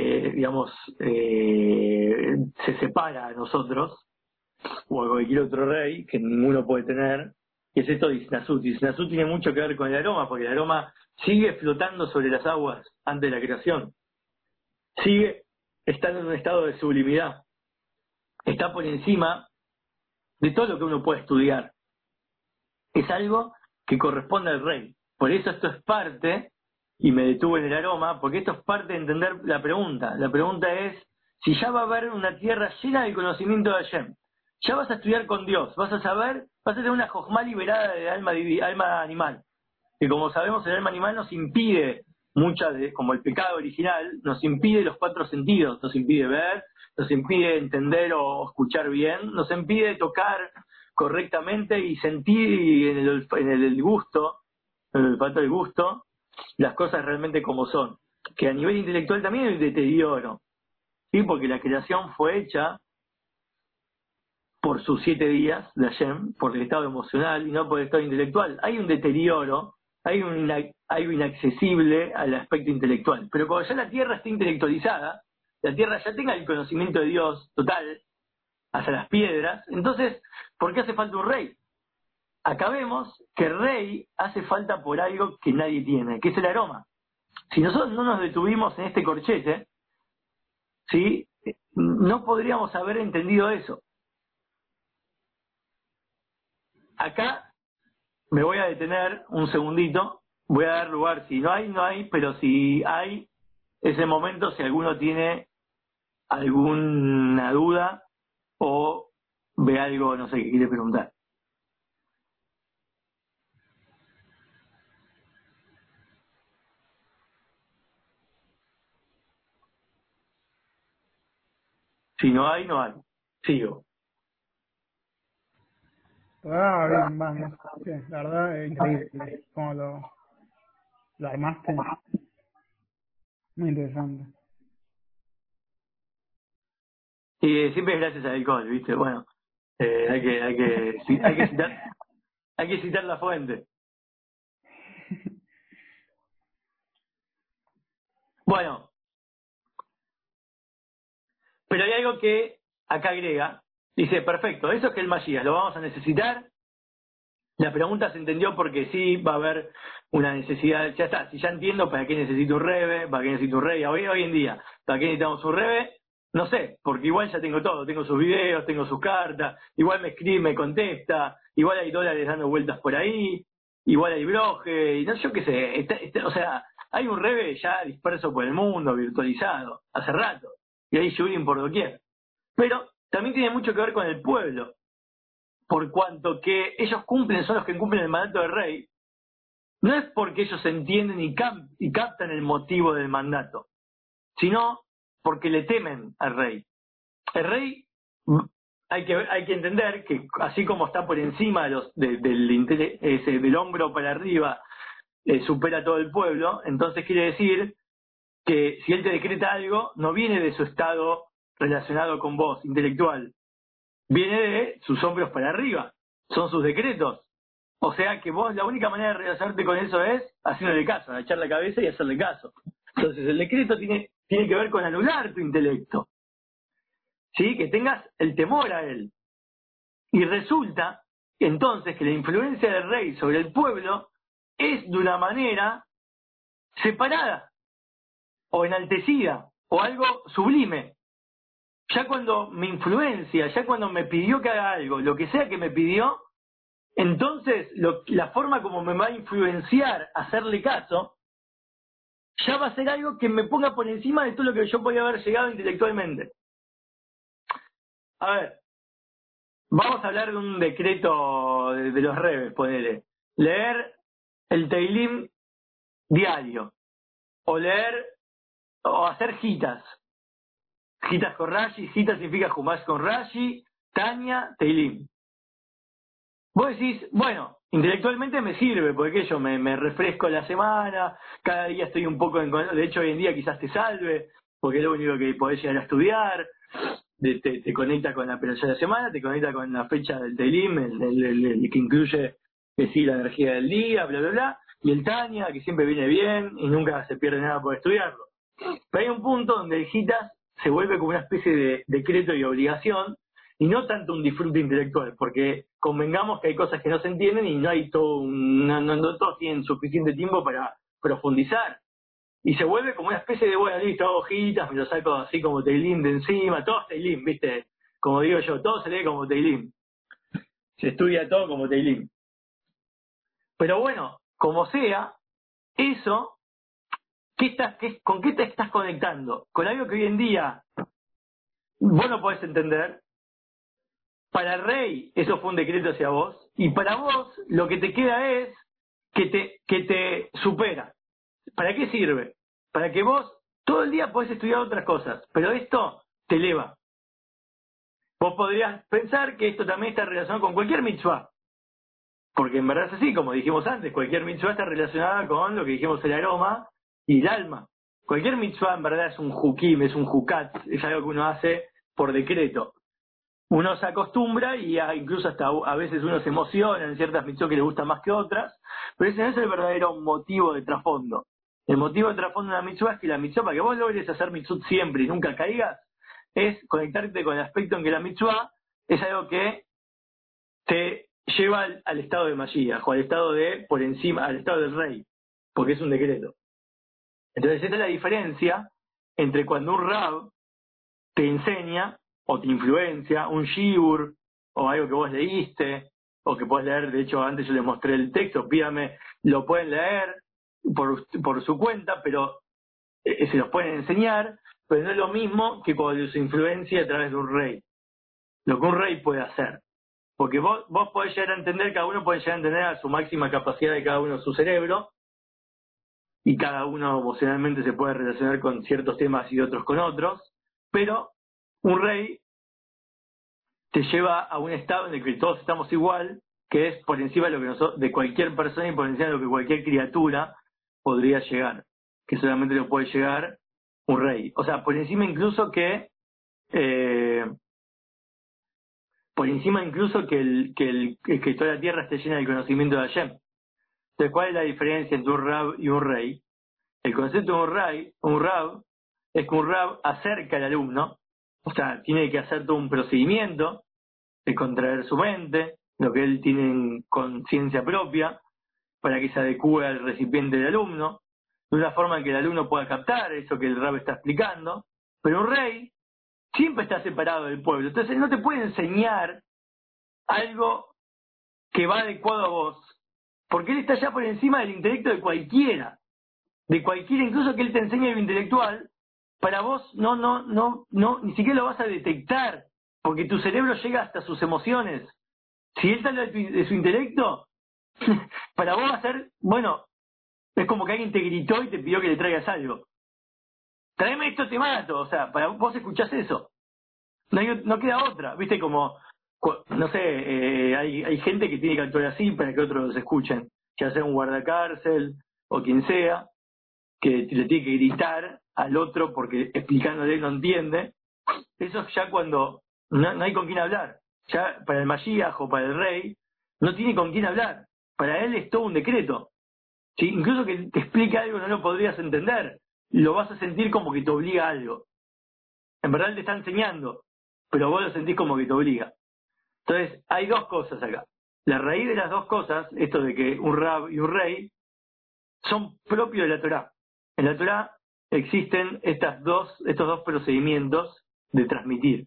se separa a nosotros, o a cualquier otro rey, que ninguno puede tener, que es esto de Isnasut. Isnasut tiene mucho que ver con el aroma, porque el aroma sigue flotando sobre las aguas antes de la creación. Sigue estando en un estado de sublimidad. Está por encima de todo lo que uno puede estudiar. Es algo que corresponde al rey. Por eso esto es parte, y me detuve en el aroma, porque esto es parte de entender la pregunta. La pregunta es si ya va a haber una tierra llena del conocimiento de Hashem, ya vas a estudiar con Dios, vas a saber, vas a tener una jojma liberada de alma animal, que como sabemos el alma animal nos impide como el pecado original, nos impide los 4 sentidos, nos impide ver, nos impide entender o escuchar bien, nos impide tocar correctamente y sentir en el gusto, en el olfato del gusto, las cosas realmente como son. Que a nivel intelectual también hay un deterioro, ¿sí? Porque la creación fue hecha por sus 7 días de Hashem, por el estado emocional y no por el estado intelectual. Hay un deterioro, hay algo inaccesible al aspecto intelectual. Pero cuando ya la tierra esté intelectualizada, la tierra ya tenga el conocimiento de Dios total, hasta las piedras, entonces, ¿por qué hace falta un rey? Acá vemos que el rey hace falta por algo que nadie tiene, que es el aroma. Si nosotros no nos detuvimos en este corchete, ¿sí? No podríamos haber entendido eso. Acá me voy a detener un segundito, voy a dar lugar, si no hay, no hay, pero si hay, ese momento, si alguno tiene alguna duda o ve algo, no sé, que quiere preguntar. Si no hay, no hay. Sigo. Bien, vamos. Sí, la verdad es increíble cómo lo armaste. Muy interesante. Y siempre es gracias al alcohol, ¿viste? Bueno, hay que citar la fuente. Bueno, pero hay algo que acá agrega. Dice, perfecto, eso es que el Mashiach lo vamos a necesitar. La pregunta se entendió porque sí va a haber una necesidad. Ya está, si ya entiendo para qué necesito un rebe, para qué necesito un rey hoy en día, para qué necesitamos un rebe, no sé, porque igual ya tengo todo, tengo sus videos, tengo sus cartas, igual me escribe, me contesta, igual hay dólares dando vueltas por ahí, igual hay broje, y no, yo qué sé, o sea, hay un rebe ya disperso por el mundo, virtualizado, hace rato, y hay shooting por doquier. Pero también tiene mucho que ver con el pueblo, por cuanto que ellos son los que cumplen el mandato del rey, no es porque ellos entienden y captan el motivo del mandato, sino porque le temen al rey. El rey, hay que entender que así como está por encima del hombro para arriba, supera todo el pueblo, entonces quiere decir que si él te decreta algo, no viene de su estado relacionado con vos, intelectual, viene de sus hombros para arriba, son sus decretos. O sea que vos la única manera de relacionarte con eso es haciéndole caso, agachar la cabeza y hacerle caso. Entonces el decreto tiene que ver con anular tu intelecto, ¿sí? Que tengas el temor a él. Y resulta entonces que la influencia del rey sobre el pueblo es de una manera separada, o enaltecida, o algo sublime. Ya cuando me influencia, ya cuando me pidió que haga algo, lo que sea que me pidió, entonces la forma como me va a influenciar a hacerle caso, ya va a ser algo que me ponga por encima de todo lo que yo podía haber llegado intelectualmente. A ver, vamos a hablar de un decreto de los rebes, ponele. Leer el Teilim diario, o hacer gitas. Gitas con Rashi, gitas significa Jumash con Rashi, Tania, Teilim. Vos decís, bueno, intelectualmente me sirve, porque yo me refresco la semana, cada día estoy un poco de hecho hoy en día quizás te salve, porque es lo único que podés llegar a estudiar, te conecta con la operación de la semana, te conecta con la fecha del Telim, el que incluye que sí, la energía del día, bla, bla, bla, y el Tania, que siempre viene bien y nunca se pierde nada por estudiarlo. Pero hay un punto donde el Gitas se vuelve como una especie de decreto y obligación, y no tanto un disfrute intelectual, porque convengamos que hay cosas que no se entienden y no hay no todos tienen suficiente tiempo para profundizar. Y se vuelve como una especie de, bueno, listo, hojitas, me lo saco así como Teilim de encima, todo es Teilim, ¿viste? Como digo yo, todo se lee como Teilim. Se estudia todo como Teilim. Pero bueno, como sea, eso, ¿con qué te estás conectando? Con algo que hoy en día vos no podés entender. Para el rey eso fue un decreto hacia vos, y para vos lo que te queda es que te supera. ¿Para qué sirve? Para que vos todo el día podés estudiar otras cosas, pero esto te eleva. Vos podrías pensar que esto también está relacionado con cualquier mitzvah, porque en verdad es así, como dijimos antes, cualquier mitzvah está relacionada con lo que dijimos, el aroma y el alma. Cualquier mitzvah en verdad es un hukim, es un hukat, es algo que uno hace por decreto. Uno se acostumbra y incluso hasta a veces uno se emociona en ciertas mitzvot que le gustan más que otras, pero ese no es el verdadero motivo de trasfondo. El motivo de trasfondo de una mitzvah es que la mitzvah, para que vos logres hacer mitzvot siempre y nunca caigas, es conectarte con el aspecto en que la mitzvah es algo que te lleva al estado de Mashiach, o al estado de por encima, al estado del rey, porque es un decreto. Entonces esta es la diferencia entre cuando un rab te enseña o te influencia, un shiur, o algo que vos leíste, o que podés leer. De hecho, antes yo les mostré el texto, pídame, lo pueden leer por su cuenta, pero se los pueden enseñar, pero no es lo mismo que cuando se influencia a través de un rey. Lo que un rey puede hacer. Porque vos podés llegar a entender, cada uno puede llegar a entender a su máxima capacidad de cada uno su cerebro, y cada uno emocionalmente se puede relacionar con ciertos temas y otros con otros, pero un rey te lleva a un estado en el que todos estamos igual, que es por encima de lo que nosotros, de cualquier persona, y por encima de lo que cualquier criatura podría llegar, que solamente lo puede llegar un rey. O sea, por encima incluso que que toda la tierra esté llena del conocimiento de Hashem. Entonces, ¿cuál es la diferencia entre un rab y un rey? El concepto de un rab, es que un rab acerca al alumno, o sea, tiene que hacer todo un procedimiento de contraer su mente, lo que él tiene en conciencia propia, para que se adecue al recipiente del alumno, de una forma en que el alumno pueda captar eso que el rab está explicando. Pero un rey siempre está separado del pueblo, entonces él no te puede enseñar algo que va adecuado a vos, porque él está ya por encima del intelecto de cualquiera, incluso que él te enseñe lo intelectual, para vos no, ni siquiera lo vas a detectar, porque tu cerebro llega hasta sus emociones. Si él sale de su intelecto, para vos va a ser, bueno, es como que alguien te gritó y te pidió que le traigas algo. Tráeme esto, te mato. O sea, para vos escuchás eso. No queda otra. Viste, como, no sé, hay gente que tiene que actuar así para que otros los escuchen. Ya sea un guardacárcel o quien sea, que le tiene que gritar al otro porque explicándole no entiende. Eso es ya cuando no hay con quién hablar. Ya para el Mashiach o para el rey, no tiene con quién hablar. Para él es todo un decreto. ¿Sí? Incluso que te explique algo no lo podrías entender. Lo vas a sentir como que te obliga a algo. En verdad él te está enseñando, pero vos lo sentís como que te obliga. Entonces, hay dos cosas acá. La raíz de las dos cosas, esto de que un rab y un rey, son propios de la Torá. En la Torá existen estos dos procedimientos de transmitir.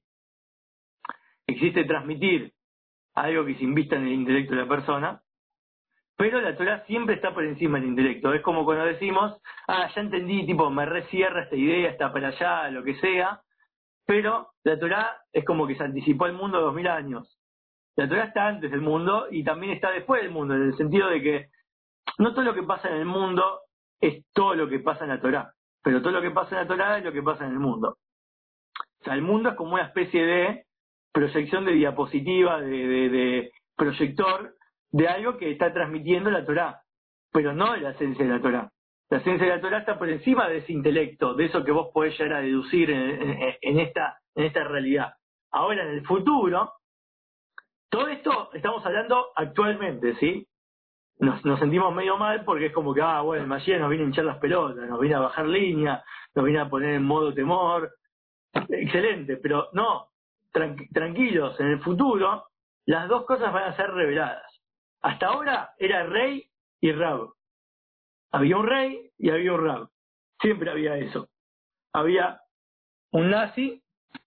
Existe transmitir algo que se invista en el intelecto de la persona, pero la Torá siempre está por encima del intelecto. Es como cuando decimos, ya entendí, tipo, me recierra esta idea, está para allá, lo que sea, pero la Torá es como que se anticipó al mundo 2000 años. La Torá está antes del mundo y también está después del mundo, en el sentido de que no todo lo que pasa en el mundo es todo lo que pasa en la Torá, pero todo lo que pasa en la Torá es lo que pasa en el mundo. O sea, el mundo es como una especie de proyección de diapositiva, de proyector, de algo que está transmitiendo la Torá, pero no de la esencia de la Torá. La esencia de la Torá está por encima de ese intelecto, de eso que vos podés llegar a deducir en esta realidad. Ahora, en el futuro, todo esto estamos hablando actualmente, ¿sí? Nos sentimos medio mal porque es como que, bueno, el Mashiach nos viene a hinchar las pelotas, nos viene a bajar línea, nos viene a poner en modo temor. Excelente, pero no, tranquilos, en el futuro las dos cosas van a ser reveladas. Hasta ahora era rey y rab. Había un rey y había un rab. Siempre había eso. Había un nazi,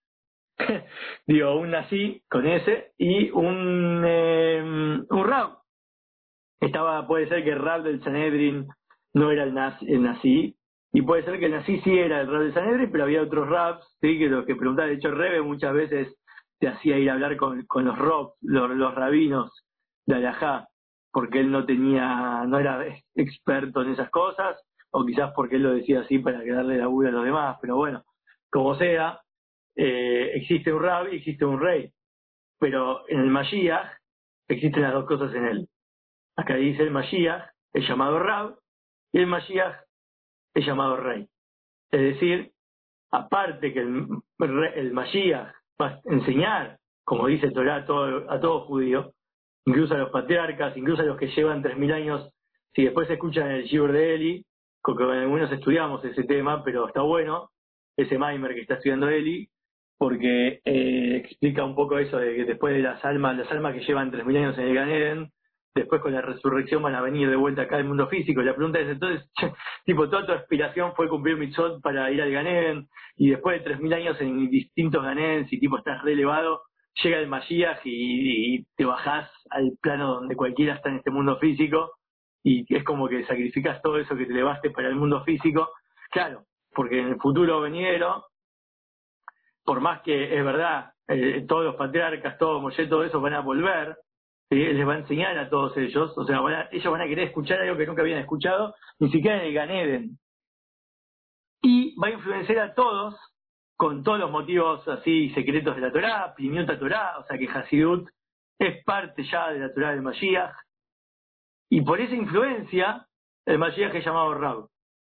un nazi con ese, y un rab. Puede ser que el rab del Sanedrin no era el nazi, Y puede ser que el Nací sí era el rab de Sanedrín, pero había otros rabs, ¿sí? Que los que preguntaban, de hecho Rebe muchas veces te hacía ir a hablar con los los rabinos de Alajá, porque él no era experto en esas cosas, o quizás porque él lo decía así para que darle laburo a los demás, pero bueno, como sea, existe un rab y existe un rey, pero en el Mashiach existen las dos cosas en él. Acá dice el Mashiach es llamado rab y el Mashiach es llamado rey. Es decir, aparte que el Mashiach va a enseñar, como dice Torah, a todo judío, incluso a los patriarcas, incluso a los que llevan 3000 años, si después se escuchan el Shibur de Eli, con que algunos estudiamos ese tema, pero está bueno, ese Maimer que está estudiando Eli, porque explica un poco eso de que después de las almas que llevan 3000 años en el Gan Eden, después con la resurrección van a venir de vuelta acá al mundo físico. Y la pregunta es, entonces, tipo, toda tu aspiración fue cumplir mitzvot para ir al Gan Eden, y después de 3000 años en distintos Gan Eden, si tipo estás re elevado, llega el Mashiach y te bajás al plano donde cualquiera está en este mundo físico, y es como que sacrificas todo eso que te elevaste para el mundo físico. Claro, porque en el futuro venidero, por más que es verdad, todos los patriarcas, todo Moshe, todo eso van a volver, ¿sí? Les va a enseñar a todos ellos, o sea, ellos van a querer escuchar algo que nunca habían escuchado, ni siquiera en el Gan Eden. Y va a influenciar a todos con todos los motivos así secretos de la Torá, Piniota Torá, o sea que Hasidut es parte ya de la Torá del Mashiach, y por esa influencia el Mashiach es llamado Rab.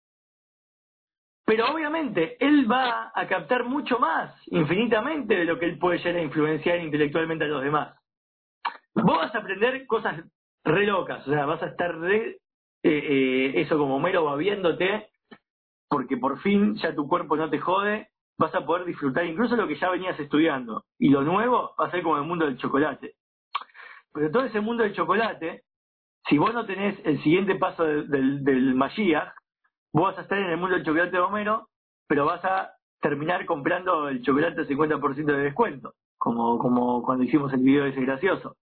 Pero obviamente él va a captar mucho más, infinitamente, de lo que él puede llegar a influenciar intelectualmente a los demás. Vos vas a aprender cosas re locas, o sea, vas a estar eso como mero babiéndote, porque por fin ya tu cuerpo no te jode, vas a poder disfrutar incluso lo que ya venías estudiando. Y lo nuevo va a ser como el mundo del chocolate. Pero todo ese mundo del chocolate, si vos no tenés el siguiente paso del Mashiach, vos vas a estar en el mundo del chocolate de Homero, pero vas a terminar comprando el chocolate al 50% de descuento, como cuando hicimos el video ese gracioso.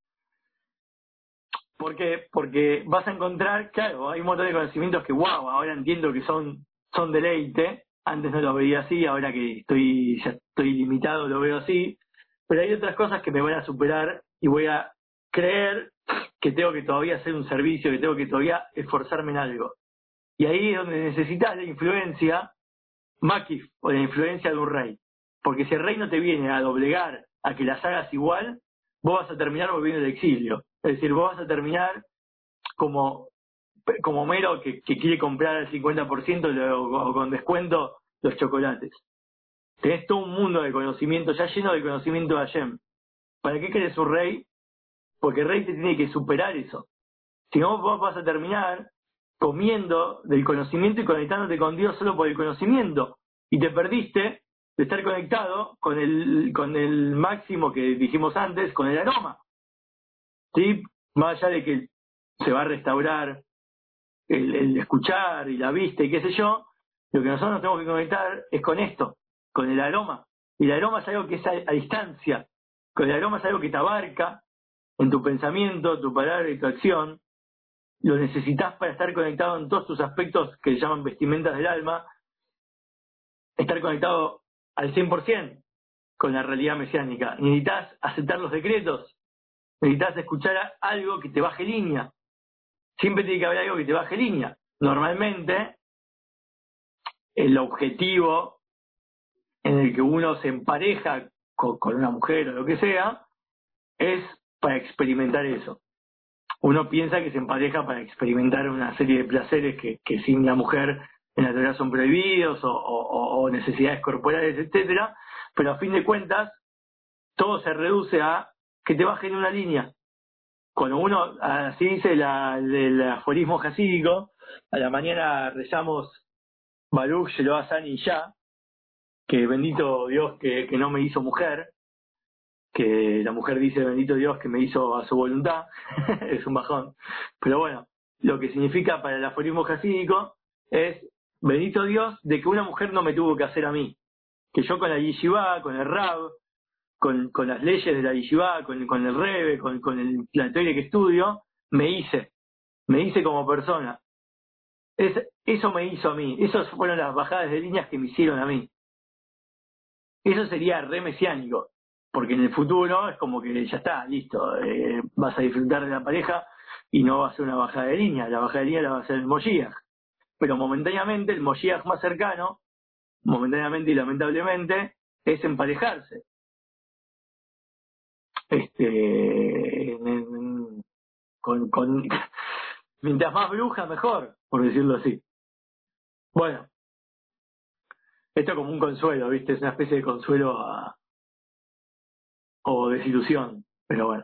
¿Por qué? Porque vas a encontrar, claro, hay un montón de conocimientos que, wow, ahora entiendo que son deleite, antes no lo veía así, ahora que ya estoy limitado lo veo así, pero hay otras cosas que me van a superar y voy a creer que tengo que todavía hacer un servicio, que tengo que todavía esforzarme en algo. Y ahí es donde necesitas la influencia Makif, o la influencia de un rey. Porque si el rey no te viene a doblegar, a que las hagas igual, vos vas a terminar volviendo al exilio. Es decir, vos vas a terminar como Homero que quiere comprar al 50% o con descuento los chocolates. Tenés todo un mundo de conocimiento ya lleno de conocimiento de Hashem. ¿Para qué querés un rey? Porque el rey te tiene que superar eso. Si no, vos vas a terminar comiendo del conocimiento y conectándote con Dios solo por el conocimiento. Y te perdiste de estar conectado con el máximo que dijimos antes, con el aroma. ¿Sí? Más allá de que se va a restaurar el escuchar y la vista y qué sé yo, lo que nosotros nos tenemos que conectar es con esto, con el aroma. Y el aroma es algo que es a distancia. Con el aroma es algo que te abarca en tu pensamiento, tu palabra y tu acción. Lo necesitas para estar conectado en todos tus aspectos que se llaman vestimentas del alma, estar conectado al 100% con la realidad mesiánica. Necesitas aceptar los decretos, necesitas escuchar algo que te baje línea. Siempre tiene que haber algo que te baje línea. Normalmente, el objetivo en el que uno se empareja con una mujer o lo que sea, es para experimentar eso. Uno piensa que se empareja para experimentar una serie de placeres que sin la mujer en la teoría son prohibidos o necesidades corporales, etcétera, pero a fin de cuentas todo se reduce a que te bajen una línea. Cuando uno, así dice el aforismo jasídico, a la mañana rezamos Baruch Sheloah Sani Ya, que bendito Dios que no me hizo mujer, que la mujer dice bendito Dios que me hizo a su voluntad, es un bajón. Pero bueno, lo que significa para el aforismo jasídico es bendito Dios de que una mujer no me tuvo que hacer a mí, que yo con la yeshivá, con el rab, con las leyes de la yeshivá, con el rebe, con el planetario que estudio, me hice como persona. Eso me hizo a mí. Esas fueron las bajadas de líneas que me hicieron a mí. Eso sería re mesiánico. Porque en el futuro es como que ya está, listo. Vas a disfrutar de la pareja y no va a ser una bajada de línea. La bajada de línea la va a hacer el Moshiach. Pero momentáneamente el Moshiach más cercano, momentáneamente y lamentablemente, es emparejarse. Con mientras más bruja mejor, por decirlo así. Bueno, esto como un consuelo, ¿viste? Es una especie de consuelo o desilusión, pero bueno.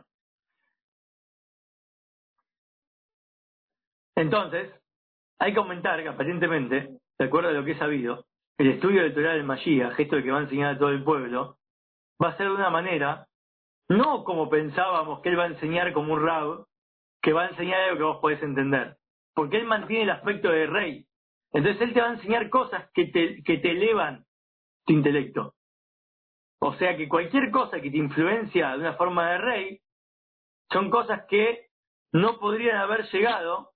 Entonces, hay que comentar que aparentemente, de acuerdo a lo que he sabido, el estudio electoral del Mashiach, esto de que va a enseñar a todo el pueblo, va a ser de una manera, no como pensábamos que él va a enseñar como un rab, que va a enseñar algo que vos podés entender, porque él mantiene el aspecto de rey. Entonces él te va a enseñar cosas que te elevan tu intelecto. O sea que cualquier cosa que te influencia de una forma de rey, son cosas que no podrían haber llegado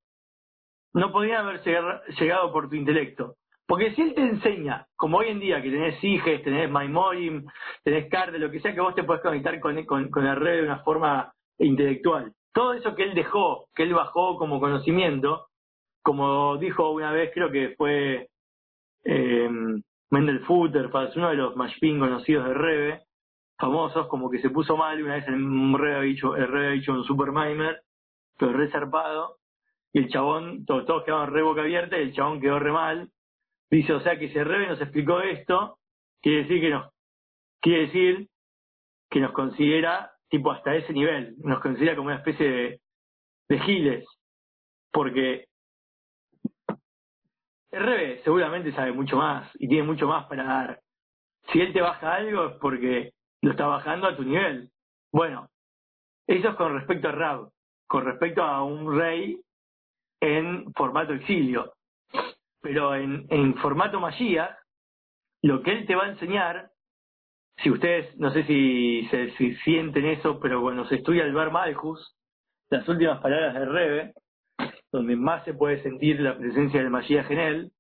por tu intelecto. Porque si él te enseña, como hoy en día, que tenés Siges, tenés Maimorim, tenés Carte, lo que sea, que vos te podés conectar con el rey de una forma intelectual. Todo eso que él dejó, que él bajó como conocimiento, como dijo una vez, creo que fue Mendel Futter, uno de los mashpin conocidos de Rebe, famosos, como que se puso mal, una vez el Rebe había dicho un super mimer, pero re zarpado, y el chabón, todos quedaban re boca abierta, y el chabón quedó re mal. Dice, o sea que si el Rebe nos explicó esto, quiere decir que nos considera tipo hasta ese nivel, nos considera como una especie de giles, porque el Rebe seguramente sabe mucho más y tiene mucho más para dar. Si él te baja algo es porque lo está bajando a tu nivel. Bueno, eso es con respecto a Rab, con respecto a un rey en formato exilio. Pero en formato Mashiach, lo que él te va a enseñar, si ustedes, no sé si sienten eso, pero cuando se estudia el Bar Malchus, las últimas palabras de Rebe, donde más se puede sentir la presencia del Mashiach en él,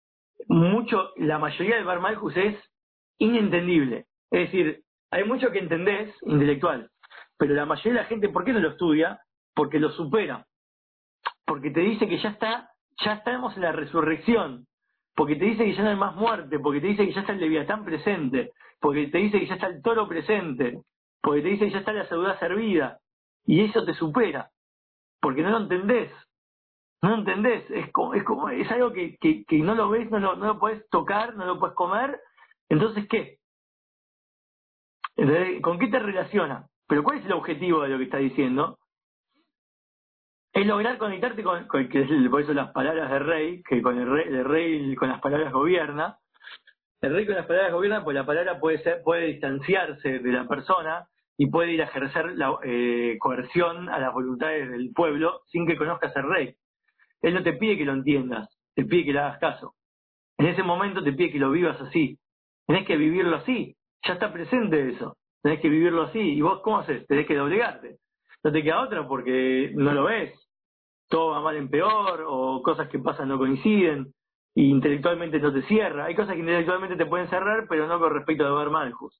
la mayoría del Bar Malchus es inentendible. Es decir, hay mucho que entendés intelectual, pero la mayoría de la gente, ¿por qué no lo estudia? Porque lo supera. Porque te dice que ya estamos en la resurrección, porque te dice que ya no hay más muerte, porque te dice que ya está el Leviatán presente, porque te dice que ya está el toro presente, porque te dice que ya está la ciudad servida, y eso te supera, porque no lo entendés. No lo entendés, es algo que no lo ves, no lo puedes tocar, no lo puedes comer, entonces ¿qué? Entonces, ¿con qué te relaciona? Pero ¿cuál es el objetivo de lo que está diciendo? Es lograr conectarte que es por eso las palabras de rey, que con el rey con las palabras gobierna. El rey con las palabras gobierna, pues la palabra puede distanciarse de la persona y puede ir a ejercer la coerción a las voluntades del pueblo sin que conozcas al rey. Él no te pide que lo entiendas, te pide que le hagas caso. En ese momento te pide que lo vivas así. Tenés que vivirlo así. Ya está presente eso. Tenés que vivirlo así. ¿Y vos cómo haces? Tenés que doblegarte. No te queda otra porque no lo ves. Todo va mal en peor, o cosas que pasan no coinciden, y intelectualmente no te cierra. Hay cosas que intelectualmente te pueden cerrar, pero no con respecto a Bar Malchus.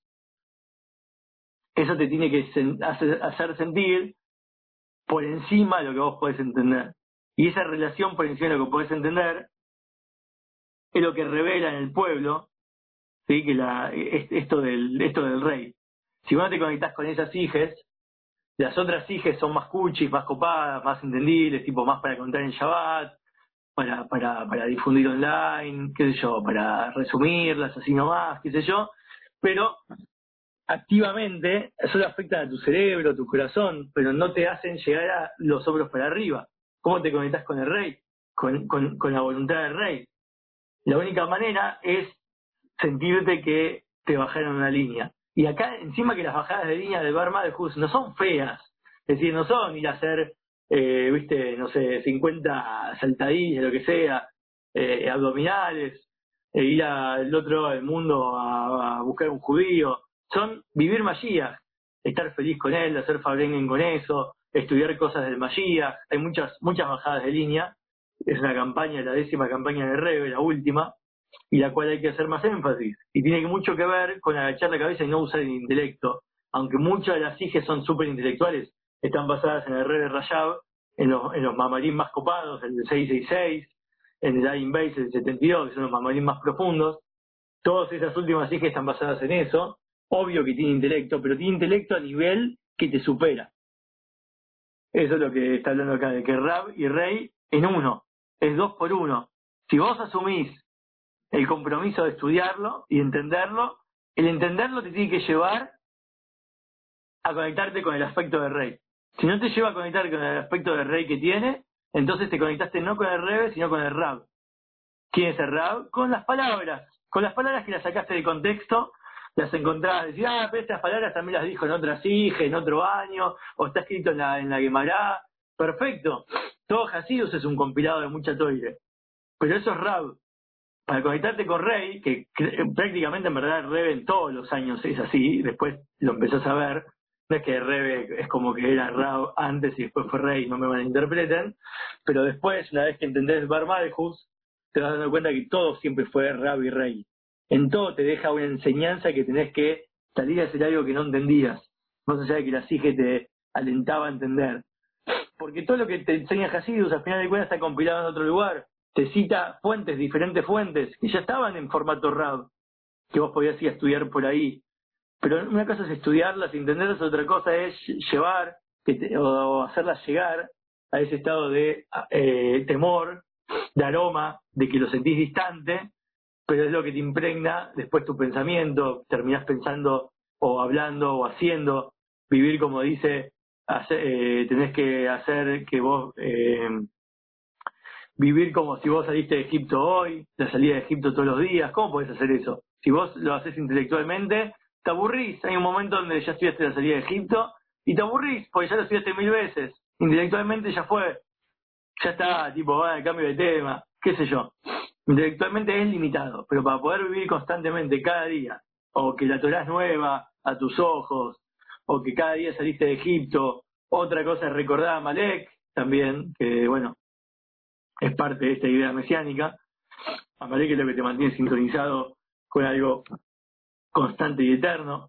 Eso te tiene que hacer sentir por encima de lo que vos podés entender. Y esa relación por encima de lo que podés entender es lo que revela en el pueblo, ¿sí? Esto del rey. Si vos no te conectás con esas hijes, las otras hijes son más cuchis, más copadas, más entendibles, tipo más para contar en Shabbat, para difundir online, qué sé yo, para resumirlas así nomás, qué sé yo, pero activamente solo afectan a tu cerebro, tu corazón, pero no te hacen llegar a los hombros para arriba. ¿Cómo te conectás con el rey? Con la voluntad del rey. La única manera es sentirte que te bajaron una línea. Y acá, encima que las bajadas de línea del Bar Malchus no son feas, es decir, no son ir a hacer, viste, no sé, 50 saltadillas, lo que sea, abdominales, ir al otro del mundo a buscar un judío. Son vivir Mashiach, estar feliz con él, hacer Fabrengen con eso, estudiar cosas del Mashiach. Hay muchas bajadas de línea es una campaña, la 10ª campaña de Rebe, la última, y la cual hay que hacer más énfasis. Y tiene mucho que ver con agachar la cabeza y no usar el intelecto. Aunque muchas de las siges son súper intelectuales, están basadas en el Rebe Rajab, en los mamarín más copados, el del 666, en el Ayin Base del 72, que son los mamarín más profundos. Todas esas últimas siges están basadas en eso. Obvio que tiene intelecto, pero tiene intelecto a nivel que te supera. Eso es lo que está hablando acá, de que Rab y Rey en uno, es 2 por 1. Si vos asumís el compromiso de estudiarlo y entenderlo, el entenderlo te tiene que llevar a conectarte con el aspecto de Rey. Si no te lleva a conectar con el aspecto de Rey que tiene, entonces te conectaste no con el Rebe, sino con el Rab. ¿Quién es el Rab? Con las palabras que las sacaste del contexto, las encontrás, decís, pero estas palabras también las dijo en otra sige, en otro año, o está escrito en la Guemará. Perfecto. Todo Hasidus es un compilado de mucha toire. Pero eso es Rab. Para conectarte con Rey, que prácticamente en verdad el Rebe en todos los años es así, después lo empezás a ver, no es que el Rebe es como que era Rab antes y después fue Rey, no me malinterpreten, pero después, una vez que entendés Bar Malchus, te vas dando cuenta que todo siempre fue Rab y Rey. En todo te deja una enseñanza que tenés que salir a hacer algo que no entendías, más allá de que la sige te alentaba a entender. Porque todo lo que te enseña Hasidus, al final de cuentas, está compilado en otro lugar. Te cita fuentes, diferentes fuentes, que ya estaban en formato RAW, que vos podías ir a estudiar por ahí. Pero una cosa es estudiarlas, entenderlas, otra cosa es llevar o hacerlas llegar a ese estado de temor, de aroma, de que lo sentís distante, pero es lo que te impregna después tu pensamiento, terminás pensando o hablando o haciendo, vivir como dice, tenés que hacer que vos... vivir como si vos saliste de Egipto hoy, la salida de Egipto todos los días. ¿Cómo podés hacer eso? Si vos lo haces intelectualmente, te aburrís. Hay un momento donde ya estudiaste la salida de Egipto y te aburrís porque ya lo estudiaste 1000 veces. Intelectualmente ya fue. Ya está, tipo, va, cambio de tema, qué sé yo. Intelectualmente es limitado, pero para poder vivir constantemente cada día, o que la Torá es nueva a tus ojos, o que cada día saliste de Egipto, otra cosa es recordar a Malek también, que bueno, es parte de esta idea mesiánica. Amalek es lo que te mantiene sintonizado con algo constante y eterno.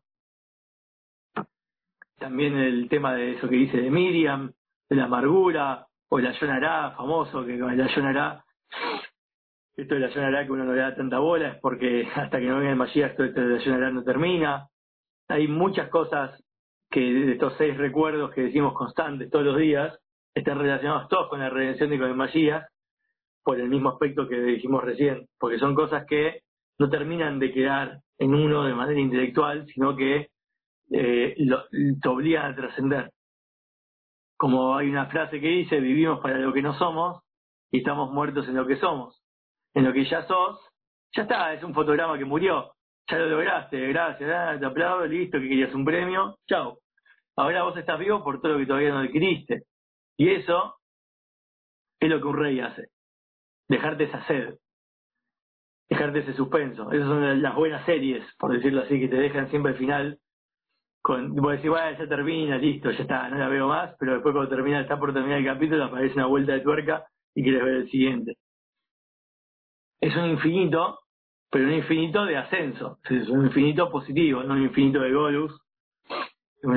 También el tema de eso que dice de Miriam, de la amargura, o el Ayonará, famoso, que con el Ayonará, esto del Ayonará que uno no le da tanta bola, es porque hasta que no venga el Mashiach, esto del Ayonará no termina. Hay muchas cosas que de estos 6 recuerdos que decimos constantes todos los días, están relacionados todos con la redención y con el Mashiach, por el mismo aspecto que dijimos recién, porque son cosas que no terminan de quedar en uno de manera intelectual, sino que te obligan a trascender. Como hay una frase que dice, vivimos para lo que no somos y estamos muertos en lo que somos. En lo que ya sos, ya está, es un fotograma que murió, ya lo lograste, gracias, te aplaudo, listo, que querías un premio, chao. Ahora vos estás vivo por todo lo que todavía no adquiriste. Y eso es lo que un rey hace. Dejarte esa sed, dejarte ese suspenso. Esas son las buenas series, por decirlo así, que te dejan siempre al final vos decís, bueno, ya termina, listo, ya está, no la veo más, pero después cuando termina, está por terminar el capítulo, aparece una vuelta de tuerca y quieres ver el siguiente. Es un infinito, pero un infinito de ascenso, es un infinito positivo, no un infinito de Golus, de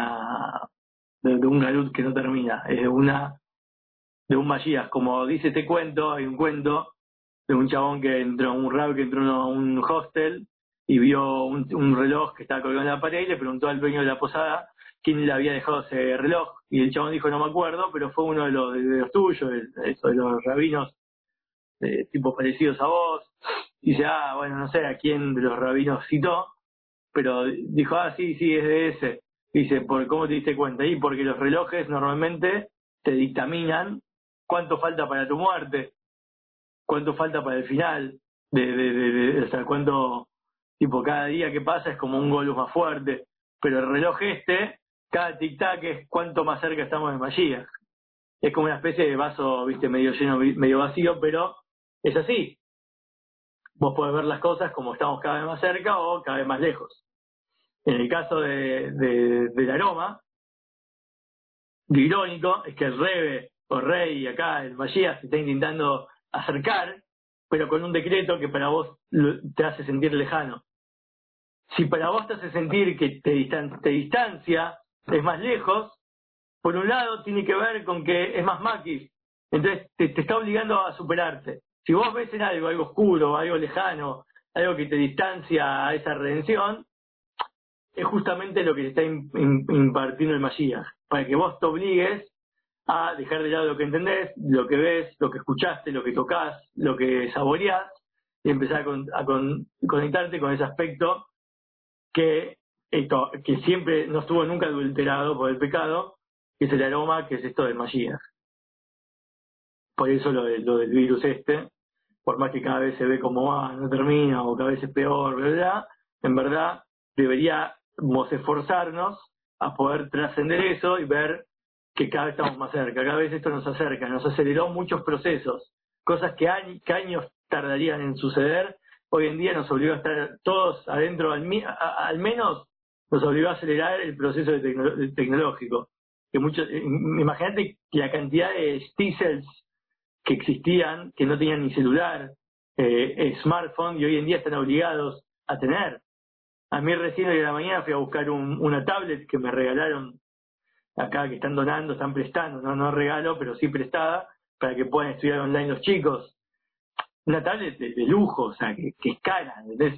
un Galut que no termina, es de un Mashiach. Como dice este cuento, hay un cuento de un chabón que entró, un rab que entró a un hostel y vio un reloj que estaba colgado en la pared y le preguntó al dueño de la posada quién le había dejado ese reloj. Y el chabón dijo, no me acuerdo, pero fue uno de los tuyos, de los rabinos tipo parecidos a vos. Y dice, bueno, no sé a quién de los rabinos citó, pero dijo, sí, es de ese. Dice, ¿cómo te diste cuenta? Y porque los relojes normalmente te dictaminan cuánto falta para tu muerte, cuánto falta para el final, o sea, cuánto, tipo, cada día que pasa es como un gol más fuerte, pero el reloj cada tic-tac es cuánto más cerca estamos de Mashiach. Es como una especie de vaso, viste, medio lleno, medio vacío, pero es así. Vos podés ver las cosas como estamos cada vez más cerca o cada vez más lejos. En el caso del aroma, lo irónico es que el Rebe, o rey, acá el Mashiach se está intentando acercar, pero con un decreto que para vos te hace sentir lejano. Si para vos te hace sentir que te distancia, es más lejos, por un lado tiene que ver con que es más maquis, entonces te está obligando a superarte. Si vos ves en algo oscuro, algo lejano, algo que te distancia a esa redención, es justamente lo que te está impartiendo el Mashiach, para que vos te obligues a dejar de lado lo que entendés, lo que ves, lo que escuchaste, lo que tocas, lo que saboreás, y empezar a conectarte con ese aspecto que siempre no estuvo nunca adulterado por el pecado, que es el aroma, que es esto del Mashiach. Por eso lo del virus por más que cada vez se ve como no termina, o cada vez es peor, ¿verdad? En verdad deberíamos esforzarnos a poder trascender eso y ver que cada vez estamos más cerca, cada vez esto nos acerca, nos aceleró muchos procesos, cosas que años tardarían en suceder, hoy en día nos obligó a estar todos adentro, al menos nos obligó a acelerar el proceso tecnológico. Que imagínate la cantidad de T-cells que existían, que no tenían ni celular, smartphone, y hoy en día están obligados a tener. A mí recién hoy de la mañana fui a buscar una tablet que me regalaron acá, que están donando, están prestando, no regalo, pero sí prestada, para que puedan estudiar online los chicos. Una tablet de lujo, o sea, que es cara, ¿entendés?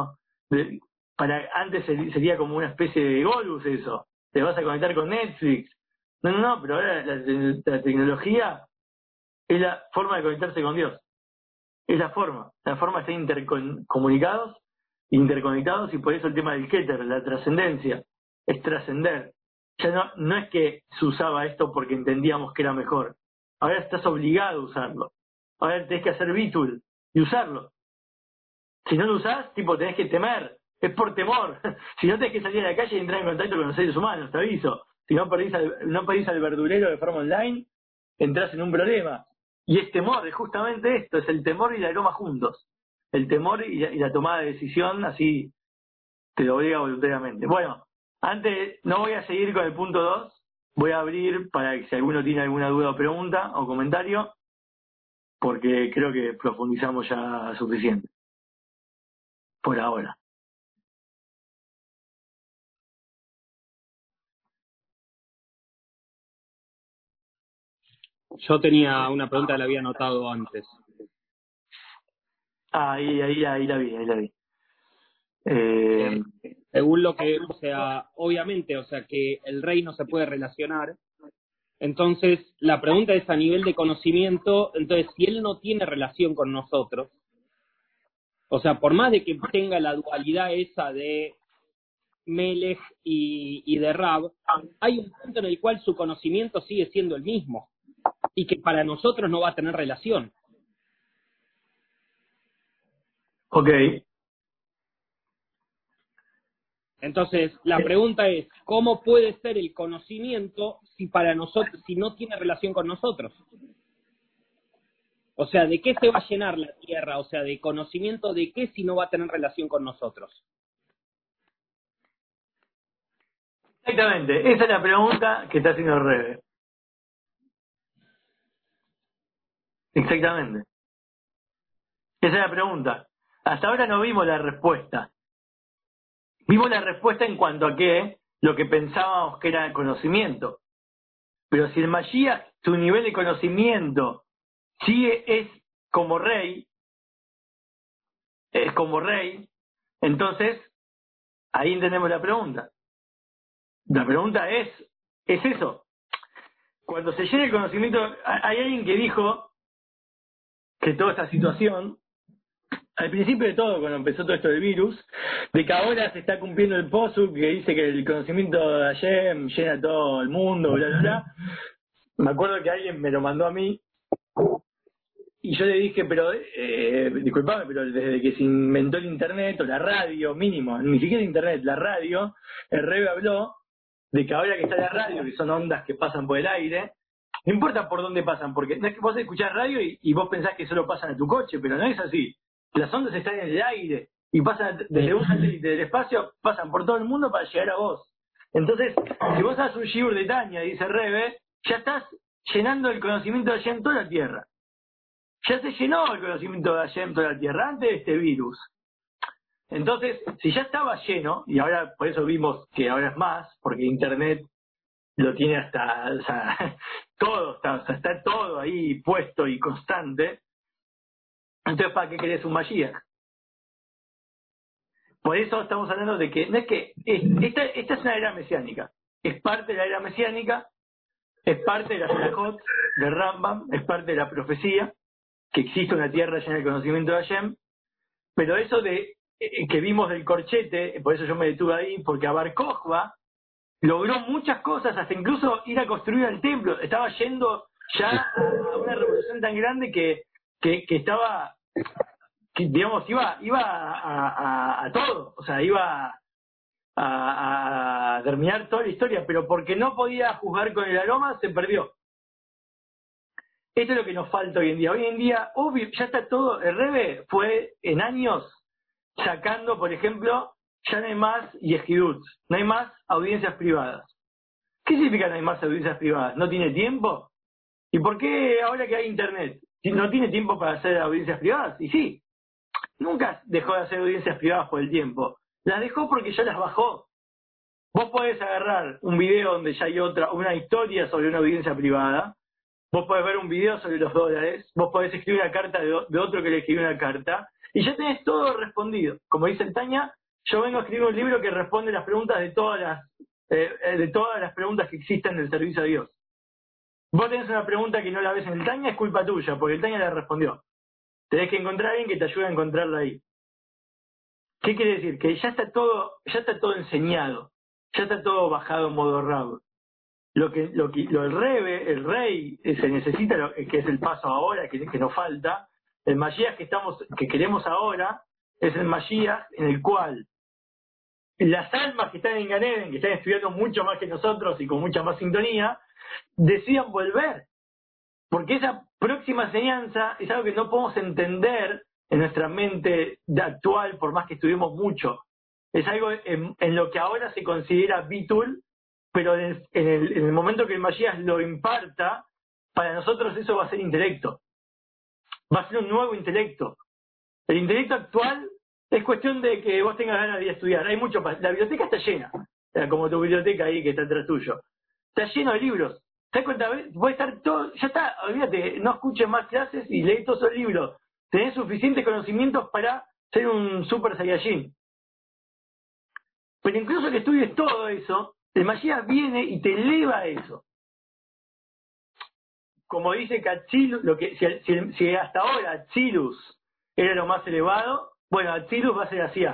Antes sería como una especie de Golus eso, te vas a conectar con Netflix. No, pero ahora la tecnología es la forma de conectarse con Dios. Es la forma de estar interconectados, y por eso el tema del Keter, la trascendencia, es trascender. Ya no es que se usaba esto porque entendíamos que era mejor. Ahora estás obligado a usarlo. Ahora tenés que hacer bitul y usarlo. Si no lo usás, tenés que temer. Es por temor. Si no, tenés que salir a la calle y entrar en contacto con los seres humanos, te aviso. Si no pedís al verdulero de forma online, entras en un problema. Y es temor, es justamente esto, es el temor y el aroma juntos. El temor y la tomada de decisión, así te lo obliga voluntariamente. Bueno, antes, no voy a seguir con el punto 2, voy a abrir para que si alguno tiene alguna duda o pregunta o comentario, porque creo que profundizamos ya suficiente. Por ahora. Yo tenía una pregunta que la había anotado antes. Ahí la vi. Según lo que, o sea, obviamente, o sea, que el rey no se puede relacionar. Entonces, la pregunta es a nivel de conocimiento. Entonces, si él no tiene relación con nosotros, o sea, por más de que tenga la dualidad esa de Melech y de Rab, hay un punto en el cual su conocimiento sigue siendo el mismo y que para nosotros no va a tener relación. Ok. Entonces, la pregunta es, ¿cómo puede ser el conocimiento si para nosotros, si no tiene relación con nosotros? O sea, ¿de qué se va a llenar la tierra? O sea, ¿de conocimiento de qué si no va a tener relación con nosotros? Exactamente, esa es la pregunta que está haciendo Rebe. Exactamente. Esa es la pregunta. Hasta ahora no vimos la respuesta. Vimos la respuesta en cuanto a que lo que pensábamos que era el conocimiento. Pero si el Mashiach, su nivel de conocimiento, sí es como rey, entonces ahí entendemos la pregunta. La pregunta es eso. Cuando se llena el conocimiento, hay alguien que dijo que toda esta situación, al principio de todo, cuando empezó todo esto del virus, de que ahora se está cumpliendo el posuk que dice que el conocimiento de Hashem llena todo el mundo, bla, bla, bla. Me acuerdo que alguien me lo mandó a mí y yo le dije, pero disculpame, pero desde que se inventó el internet o la radio, mínimo, ni siquiera internet, la radio, el Rebe habló de que ahora que está la radio, que son ondas que pasan por el aire, no importa por dónde pasan, porque no es que vos escuchás radio y vos pensás que solo pasan a tu coche, pero no es así. Las ondas están en el aire y pasan desde un satélite del espacio, pasan por todo el mundo para llegar a vos. Entonces, si vos haces un shiur de Tania, dice Rebe, ya estás llenando el conocimiento de Hashem toda la tierra. Ya se llenó el conocimiento de Hashem toda la tierra antes de este virus. Entonces, si ya estaba lleno, y ahora por eso vimos que ahora es más, porque Internet lo tiene hasta, o sea, todo está todo ahí puesto y constante. Entonces, ¿para qué querés un Mashiach? Por eso estamos hablando de que, no es que, esta es una era mesiánica, es parte de la era mesiánica, es parte de la Selajot, de Rambam, es parte de la profecía, que existe una tierra llena de conocimiento de Hashem, pero eso de que vimos del corchete, por eso yo me detuve ahí, porque Bar Kokhba logró muchas cosas, hasta incluso ir a construir el templo, estaba yendo ya a una revolución tan grande que estaba, que, digamos, iba a todo, o sea, iba a terminar toda la historia, pero porque no podía jugar con el aroma, se perdió. Esto es lo que nos falta hoy en día. Hoy en día, obvio, ya está todo. El Rebbe fue en años sacando, por ejemplo, ya no hay más yeshidut, no hay más audiencias privadas. ¿Qué significa no hay más audiencias privadas? ¿No tiene tiempo? ¿Y por qué ahora que hay internet no tiene tiempo para hacer audiencias privadas? Y sí, nunca dejó de hacer audiencias privadas por el tiempo. Las dejó porque ya las bajó. Vos podés agarrar un video donde ya hay una historia sobre una audiencia privada. Vos podés ver un video sobre los dólares, vos podés escribir una carta de otro que le escribió una carta, y ya tenés todo respondido. Como dice el Tanya, yo vengo a escribir un libro que responde las preguntas de todas las preguntas que existen del servicio a Dios. Vos tenés una pregunta que no la ves en el Tanya, es culpa tuya, porque el Tanya la respondió. Tenés que encontrar a alguien que te ayude a encontrarla ahí. ¿Qué quiere decir? Que ya está todo enseñado, ya está todo bajado en modo RAW. Lo el rey se necesita, que es el paso ahora, que nos falta, el Mashiach que queremos ahora, es el Mashiach en el cual las almas que están en Gan Eden, que están estudiando mucho más que nosotros y con mucha más sintonía, decidan volver. Porque esa próxima enseñanza es algo que no podemos entender en nuestra mente actual, por más que estudiemos mucho. Es algo en lo que ahora se considera Bitul, pero en el momento que el Mashiach lo imparta, para nosotros eso va a ser intelecto. Va a ser un nuevo intelecto. El intelecto actual es cuestión de que vos tengas ganas de estudiar. Hay mucho. La biblioteca está llena, como tu biblioteca ahí que está atrás tuyo. Está lleno de libros. ¿Te das cuenta? Puede estar todo, ya está, olvídate, no escuches más clases y leí todos esos libros. Tenés suficientes conocimientos para ser un super saiyajin. Pero incluso que estudies todo eso, el Mashiach viene y te eleva a eso. Como dice Katzilus, si hasta ahora Atzilus era lo más elevado, bueno, Atzilus va a ser así.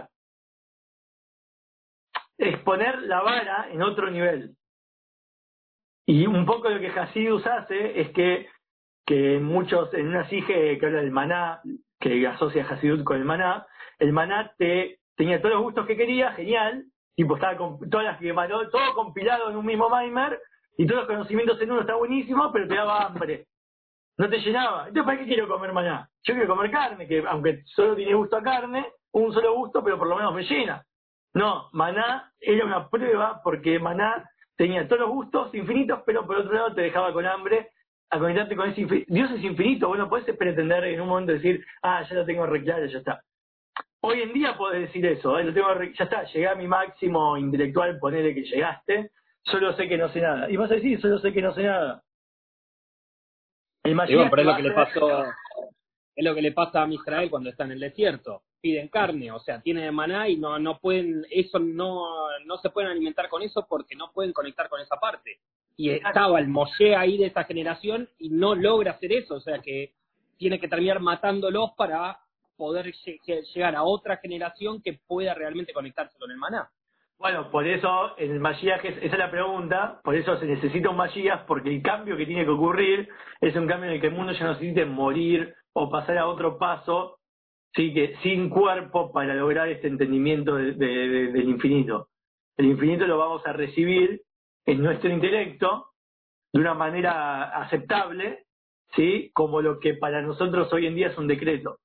Es poner la vara en otro nivel. Y un poco lo que Hasidus hace es que muchos, en una sige que habla del maná, que asocia Hasidut con el maná tenía todos los gustos que quería, genial, tipo estaba con todas las que mandó, todo compilado en un mismo Maimer, y todos los conocimientos en uno, está buenísimo, pero te daba hambre. No te llenaba. Entonces, ¿para qué quiero comer maná? Yo quiero comer carne, que aunque solo tiene gusto a carne, un solo gusto, pero por lo menos me llena. No, maná era una prueba, porque maná tenía todos los gustos infinitos, pero por otro lado te dejaba con hambre, a conectarte con ese infinito. Dios es infinito, vos no podés pretender en un momento decir, ya lo tengo re claro, ya está. Hoy en día podés decir eso, ya está, llegué a mi máximo intelectual, ponele que llegaste, solo sé que no sé nada. Y vas a decir, solo sé que no sé nada. El Mashiach pero es lo que le pasa a Israel cuando está en el desierto. Piden carne, o sea, tienen maná y no pueden, eso no se pueden alimentar con eso porque no pueden conectar con esa parte. Y estaba el Moshe ahí de esa generación y no logra hacer eso, o sea que tiene que terminar matándolos para poder llegar a otra generación que pueda realmente conectarse con el maná. Bueno, por eso el Mashiach, esa es la pregunta, por eso se necesita un Mashiach, porque el cambio que tiene que ocurrir es un cambio en el que el mundo ya no necesite morir o pasar a otro paso, ¿sí? Que sin cuerpo para lograr este entendimiento del infinito. El infinito lo vamos a recibir en nuestro intelecto de una manera aceptable, ¿sí? Como lo que para nosotros hoy en día es un decreto.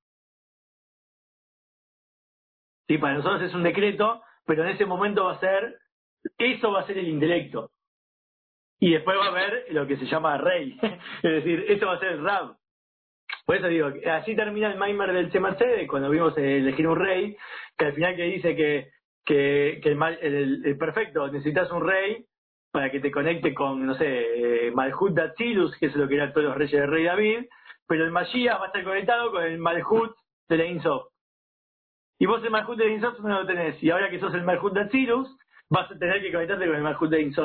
¿Sí? Para nosotros es un decreto, pero en ese momento eso va a ser el intelecto. y después va a haber lo que se llama Rey. Es decir, esto va a ser el Rab. Por eso digo, así termina el Maimer del Tzemach cuando vimos elegir un rey, que al final que dice que el perfecto, necesitas un rey para que te conecte con, no sé, Malhut de Atzilus, que es lo que eran todos los reyes del rey David, pero el Mashiach va a estar conectado con el Malhut de la Ein Sof. Y vos el Malhut de Ein Sof no lo tenés, y ahora que sos el Malhut de Atzilus, vas a tener que conectarte con el Malhut de Ein Sof.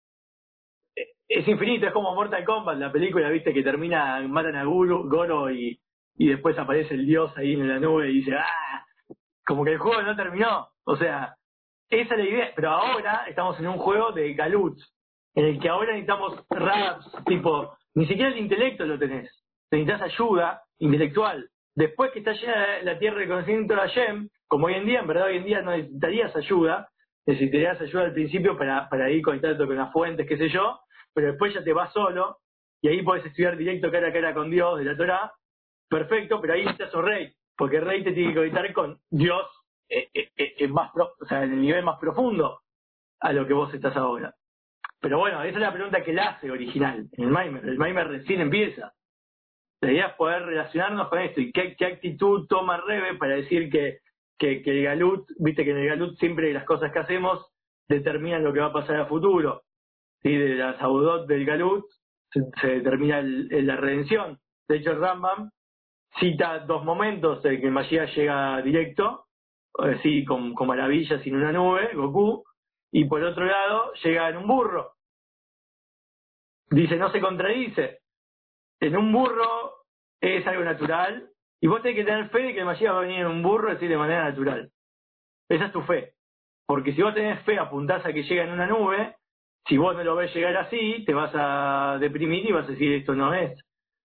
Es infinito, es como Mortal Kombat, la película, viste, que termina, matan a Goro y después aparece el dios ahí en la nube y dice, ¡ah! Como que el juego no terminó. O sea, esa es la idea. Pero ahora estamos en un juego de Galut, en el que ahora necesitamos raps, tipo, ni siquiera el intelecto lo tenés. Necesitas ayuda intelectual. Después que está llena la tierra de conocimiento de Hashem, como hoy en día, en verdad hoy en día no necesitarías ayuda, necesitarías ayuda al principio para ir conectando con las fuentes, qué sé yo, pero después ya te vas solo, y ahí podés estudiar directo cara a cara con Dios de la Torá, perfecto, pero ahí estás un rey, porque el rey te tiene que conectar con Dios o sea, en el nivel más profundo a lo que vos estás ahora. Pero bueno, esa es la pregunta que él hace original, en el Maimer recién empieza. La idea es poder relacionarnos con esto, y qué actitud toma Rebe para decir que el Galut, viste que en el Galut siempre las cosas que hacemos determinan lo que va a pasar a futuro. ¿Sí? De la Saudot del Galut se determina la redención. De hecho, el Rambam cita dos momentos en que el Mashiach llega directo, sí, con maravillas sin una nube, Goku, y por otro lado llega en un burro. Dice, no se contradice. En un burro es algo natural, y vos tenés que tener fe de que el Mashiach va a venir en un burro, es decir, de manera natural. Esa es tu fe. Porque si vos tenés fe, apuntás a que llega en una nube, si vos no lo ves llegar así, te vas a deprimir y vas a decir, esto no es.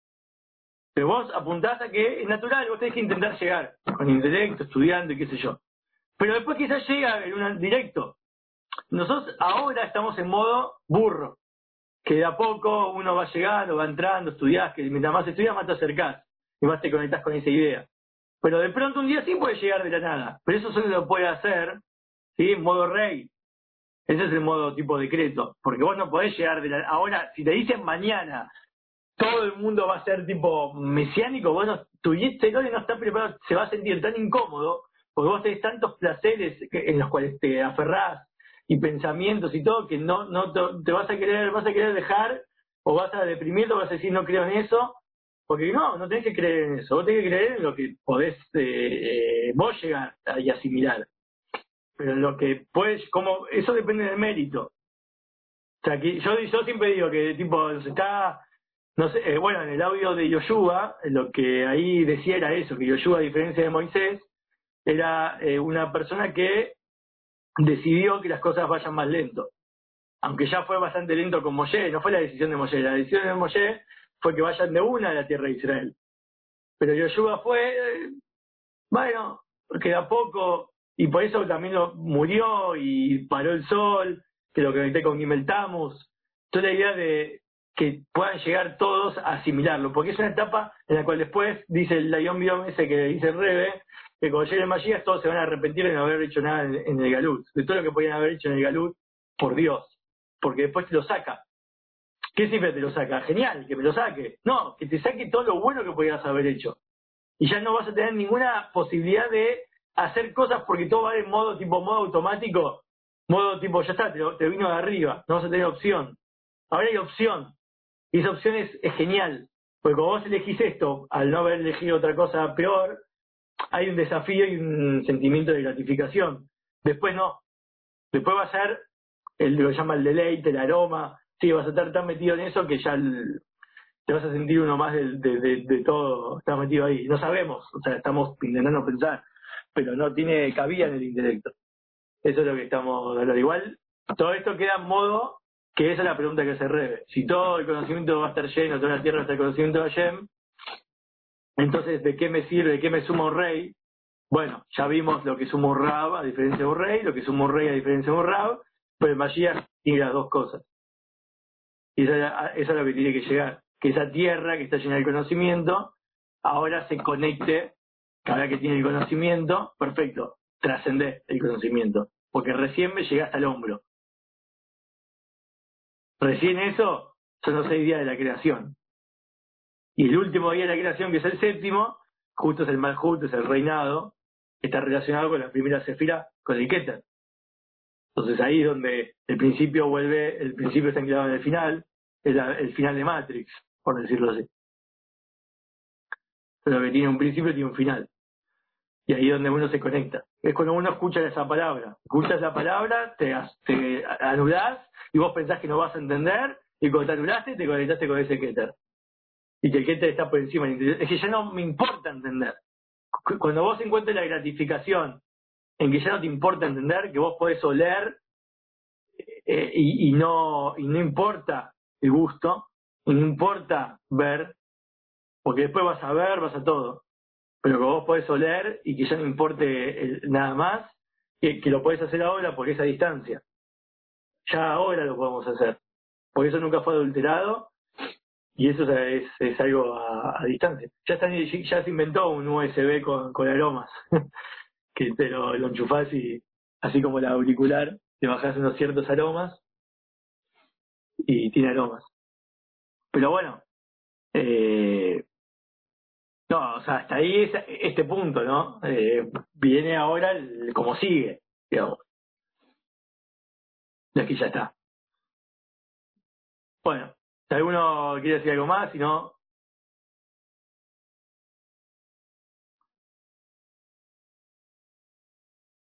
Pero vos apuntás a que es natural, vos tenés que intentar llegar, con intelecto, estudiando y qué sé yo. Pero después quizás llega en un directo. Nosotros ahora estamos en modo burro, que de a poco uno va llegando, va entrando, estudiás, que mientras más estudias, más te acercás, y más te conectás con esa idea. Pero de pronto un día sí puede llegar de la nada, pero eso solo lo puede hacer, ¿sí? En modo rey. Ese es el modo tipo decreto, porque vos no podés llegar de la... Ahora, si te dicen mañana, todo el mundo va a ser tipo mesiánico, vos no, tu cerebro no está preparado, se va a sentir tan incómodo, porque vos tenés tantos placeres en los cuales te aferrás, y pensamientos y todo, que no te vas a querer dejar, o vas a deprimirte, o vas a decir no creo en eso, porque no tenés que creer en eso, vos tenés que creer en lo que podés vos llegar y asimilar. Pero lo que puedes, como eso depende del mérito. O sea, que yo siempre digo que tipo está, no sé, bueno, en el audio de Yoshua, lo que ahí decía era eso, que Yoshua, a diferencia de Moisés, era una persona que decidió que las cosas vayan más lento. Aunque ya fue bastante lento con Moshe, no fue la decisión de Moshe, la decisión de Moshe fue que vayan de una a la tierra de Israel. Pero Yoshua fue, bueno, porque de a poco, y por eso también murió y paró el sol, que lo conecté con Gimel Tammuz. Toda la idea de que puedan llegar todos a asimilarlo, porque es una etapa en la cual después, dice el Layón Biom ese que dice el Rebe, que cuando llegue el Mashiach todos se van a arrepentir de no haber hecho nada en el Galut, de todo lo que podían haber hecho en el Galut, por Dios, porque después te lo saca. ¿Qué siempre te lo saca? Genial, que me lo saque. No, que te saque todo lo bueno que podías haber hecho. Y ya no vas a tener ninguna posibilidad de hacer cosas porque todo va en modo automático, modo tipo, ya está, te vino de arriba, no vas a tener opción. Ahora hay opción, y esa opción es genial, porque como vos elegís esto, al no haber elegido otra cosa peor, hay un desafío y un sentimiento de gratificación. Después no, después va a ser lo que llama el deleite, el aroma, sí, vas a estar tan metido en eso que ya te vas a sentir uno más de todo, estás metido ahí. No sabemos, o sea, estamos intentando pensar, pero no tiene cabida en el intelecto. Eso es lo que estamos hablando. Igual, todo esto queda en modo que esa es la pregunta que se Rebe. Si todo el conocimiento va a estar lleno, toda la tierra va a estar conocimiento de Hashem, entonces, ¿de qué me sirve, de qué me suma un rey? Bueno, ya vimos lo que suma un Rab a diferencia de un rey, lo que suma un rey a diferencia de un Rab, pero el Mashiach tiene las dos cosas. Y eso es lo que tiene que llegar. Que esa tierra que está llena de conocimiento, ahora se conecte, cada que tiene el conocimiento, perfecto, trascender el conocimiento, porque recién me llega hasta el hombro. Recién eso son los 6 días de la creación. Y el último día de la creación, que es el séptimo, justo es el Malhut, es el reinado, que está relacionado con la primera sefira, con el Keter. Entonces ahí es donde el principio está enclavado en el final, es el final de Matrix, por decirlo así. Pero que tiene un principio y tiene un final. Y ahí es donde uno se conecta. Es cuando uno escucha esa palabra. Escuchas la palabra, te anulás y vos pensás que no vas a entender, y cuando te anulaste te conectaste con ese Keter. Y que el Keter está por encima del interior. Es que ya no me importa entender. Cuando vos encuentres la gratificación en que ya no te importa entender, que vos podés oler y no importa el gusto, y no importa ver, porque después vas a ver, vas a todo, pero que vos podés oler y que ya no importe nada más, que lo podés hacer ahora porque es a distancia. Ya ahora lo podemos hacer, porque eso nunca fue adulterado y eso es algo a distancia. Ya se inventó un USB con aromas, que te lo enchufás y así como la auricular, te bajás unos ciertos aromas y tiene aromas. Pero bueno, no, o sea, hasta ahí es este punto, ¿no? Viene ahora como sigue, digamos. Y aquí ya está. Bueno, si alguno quiere decir algo más, si no,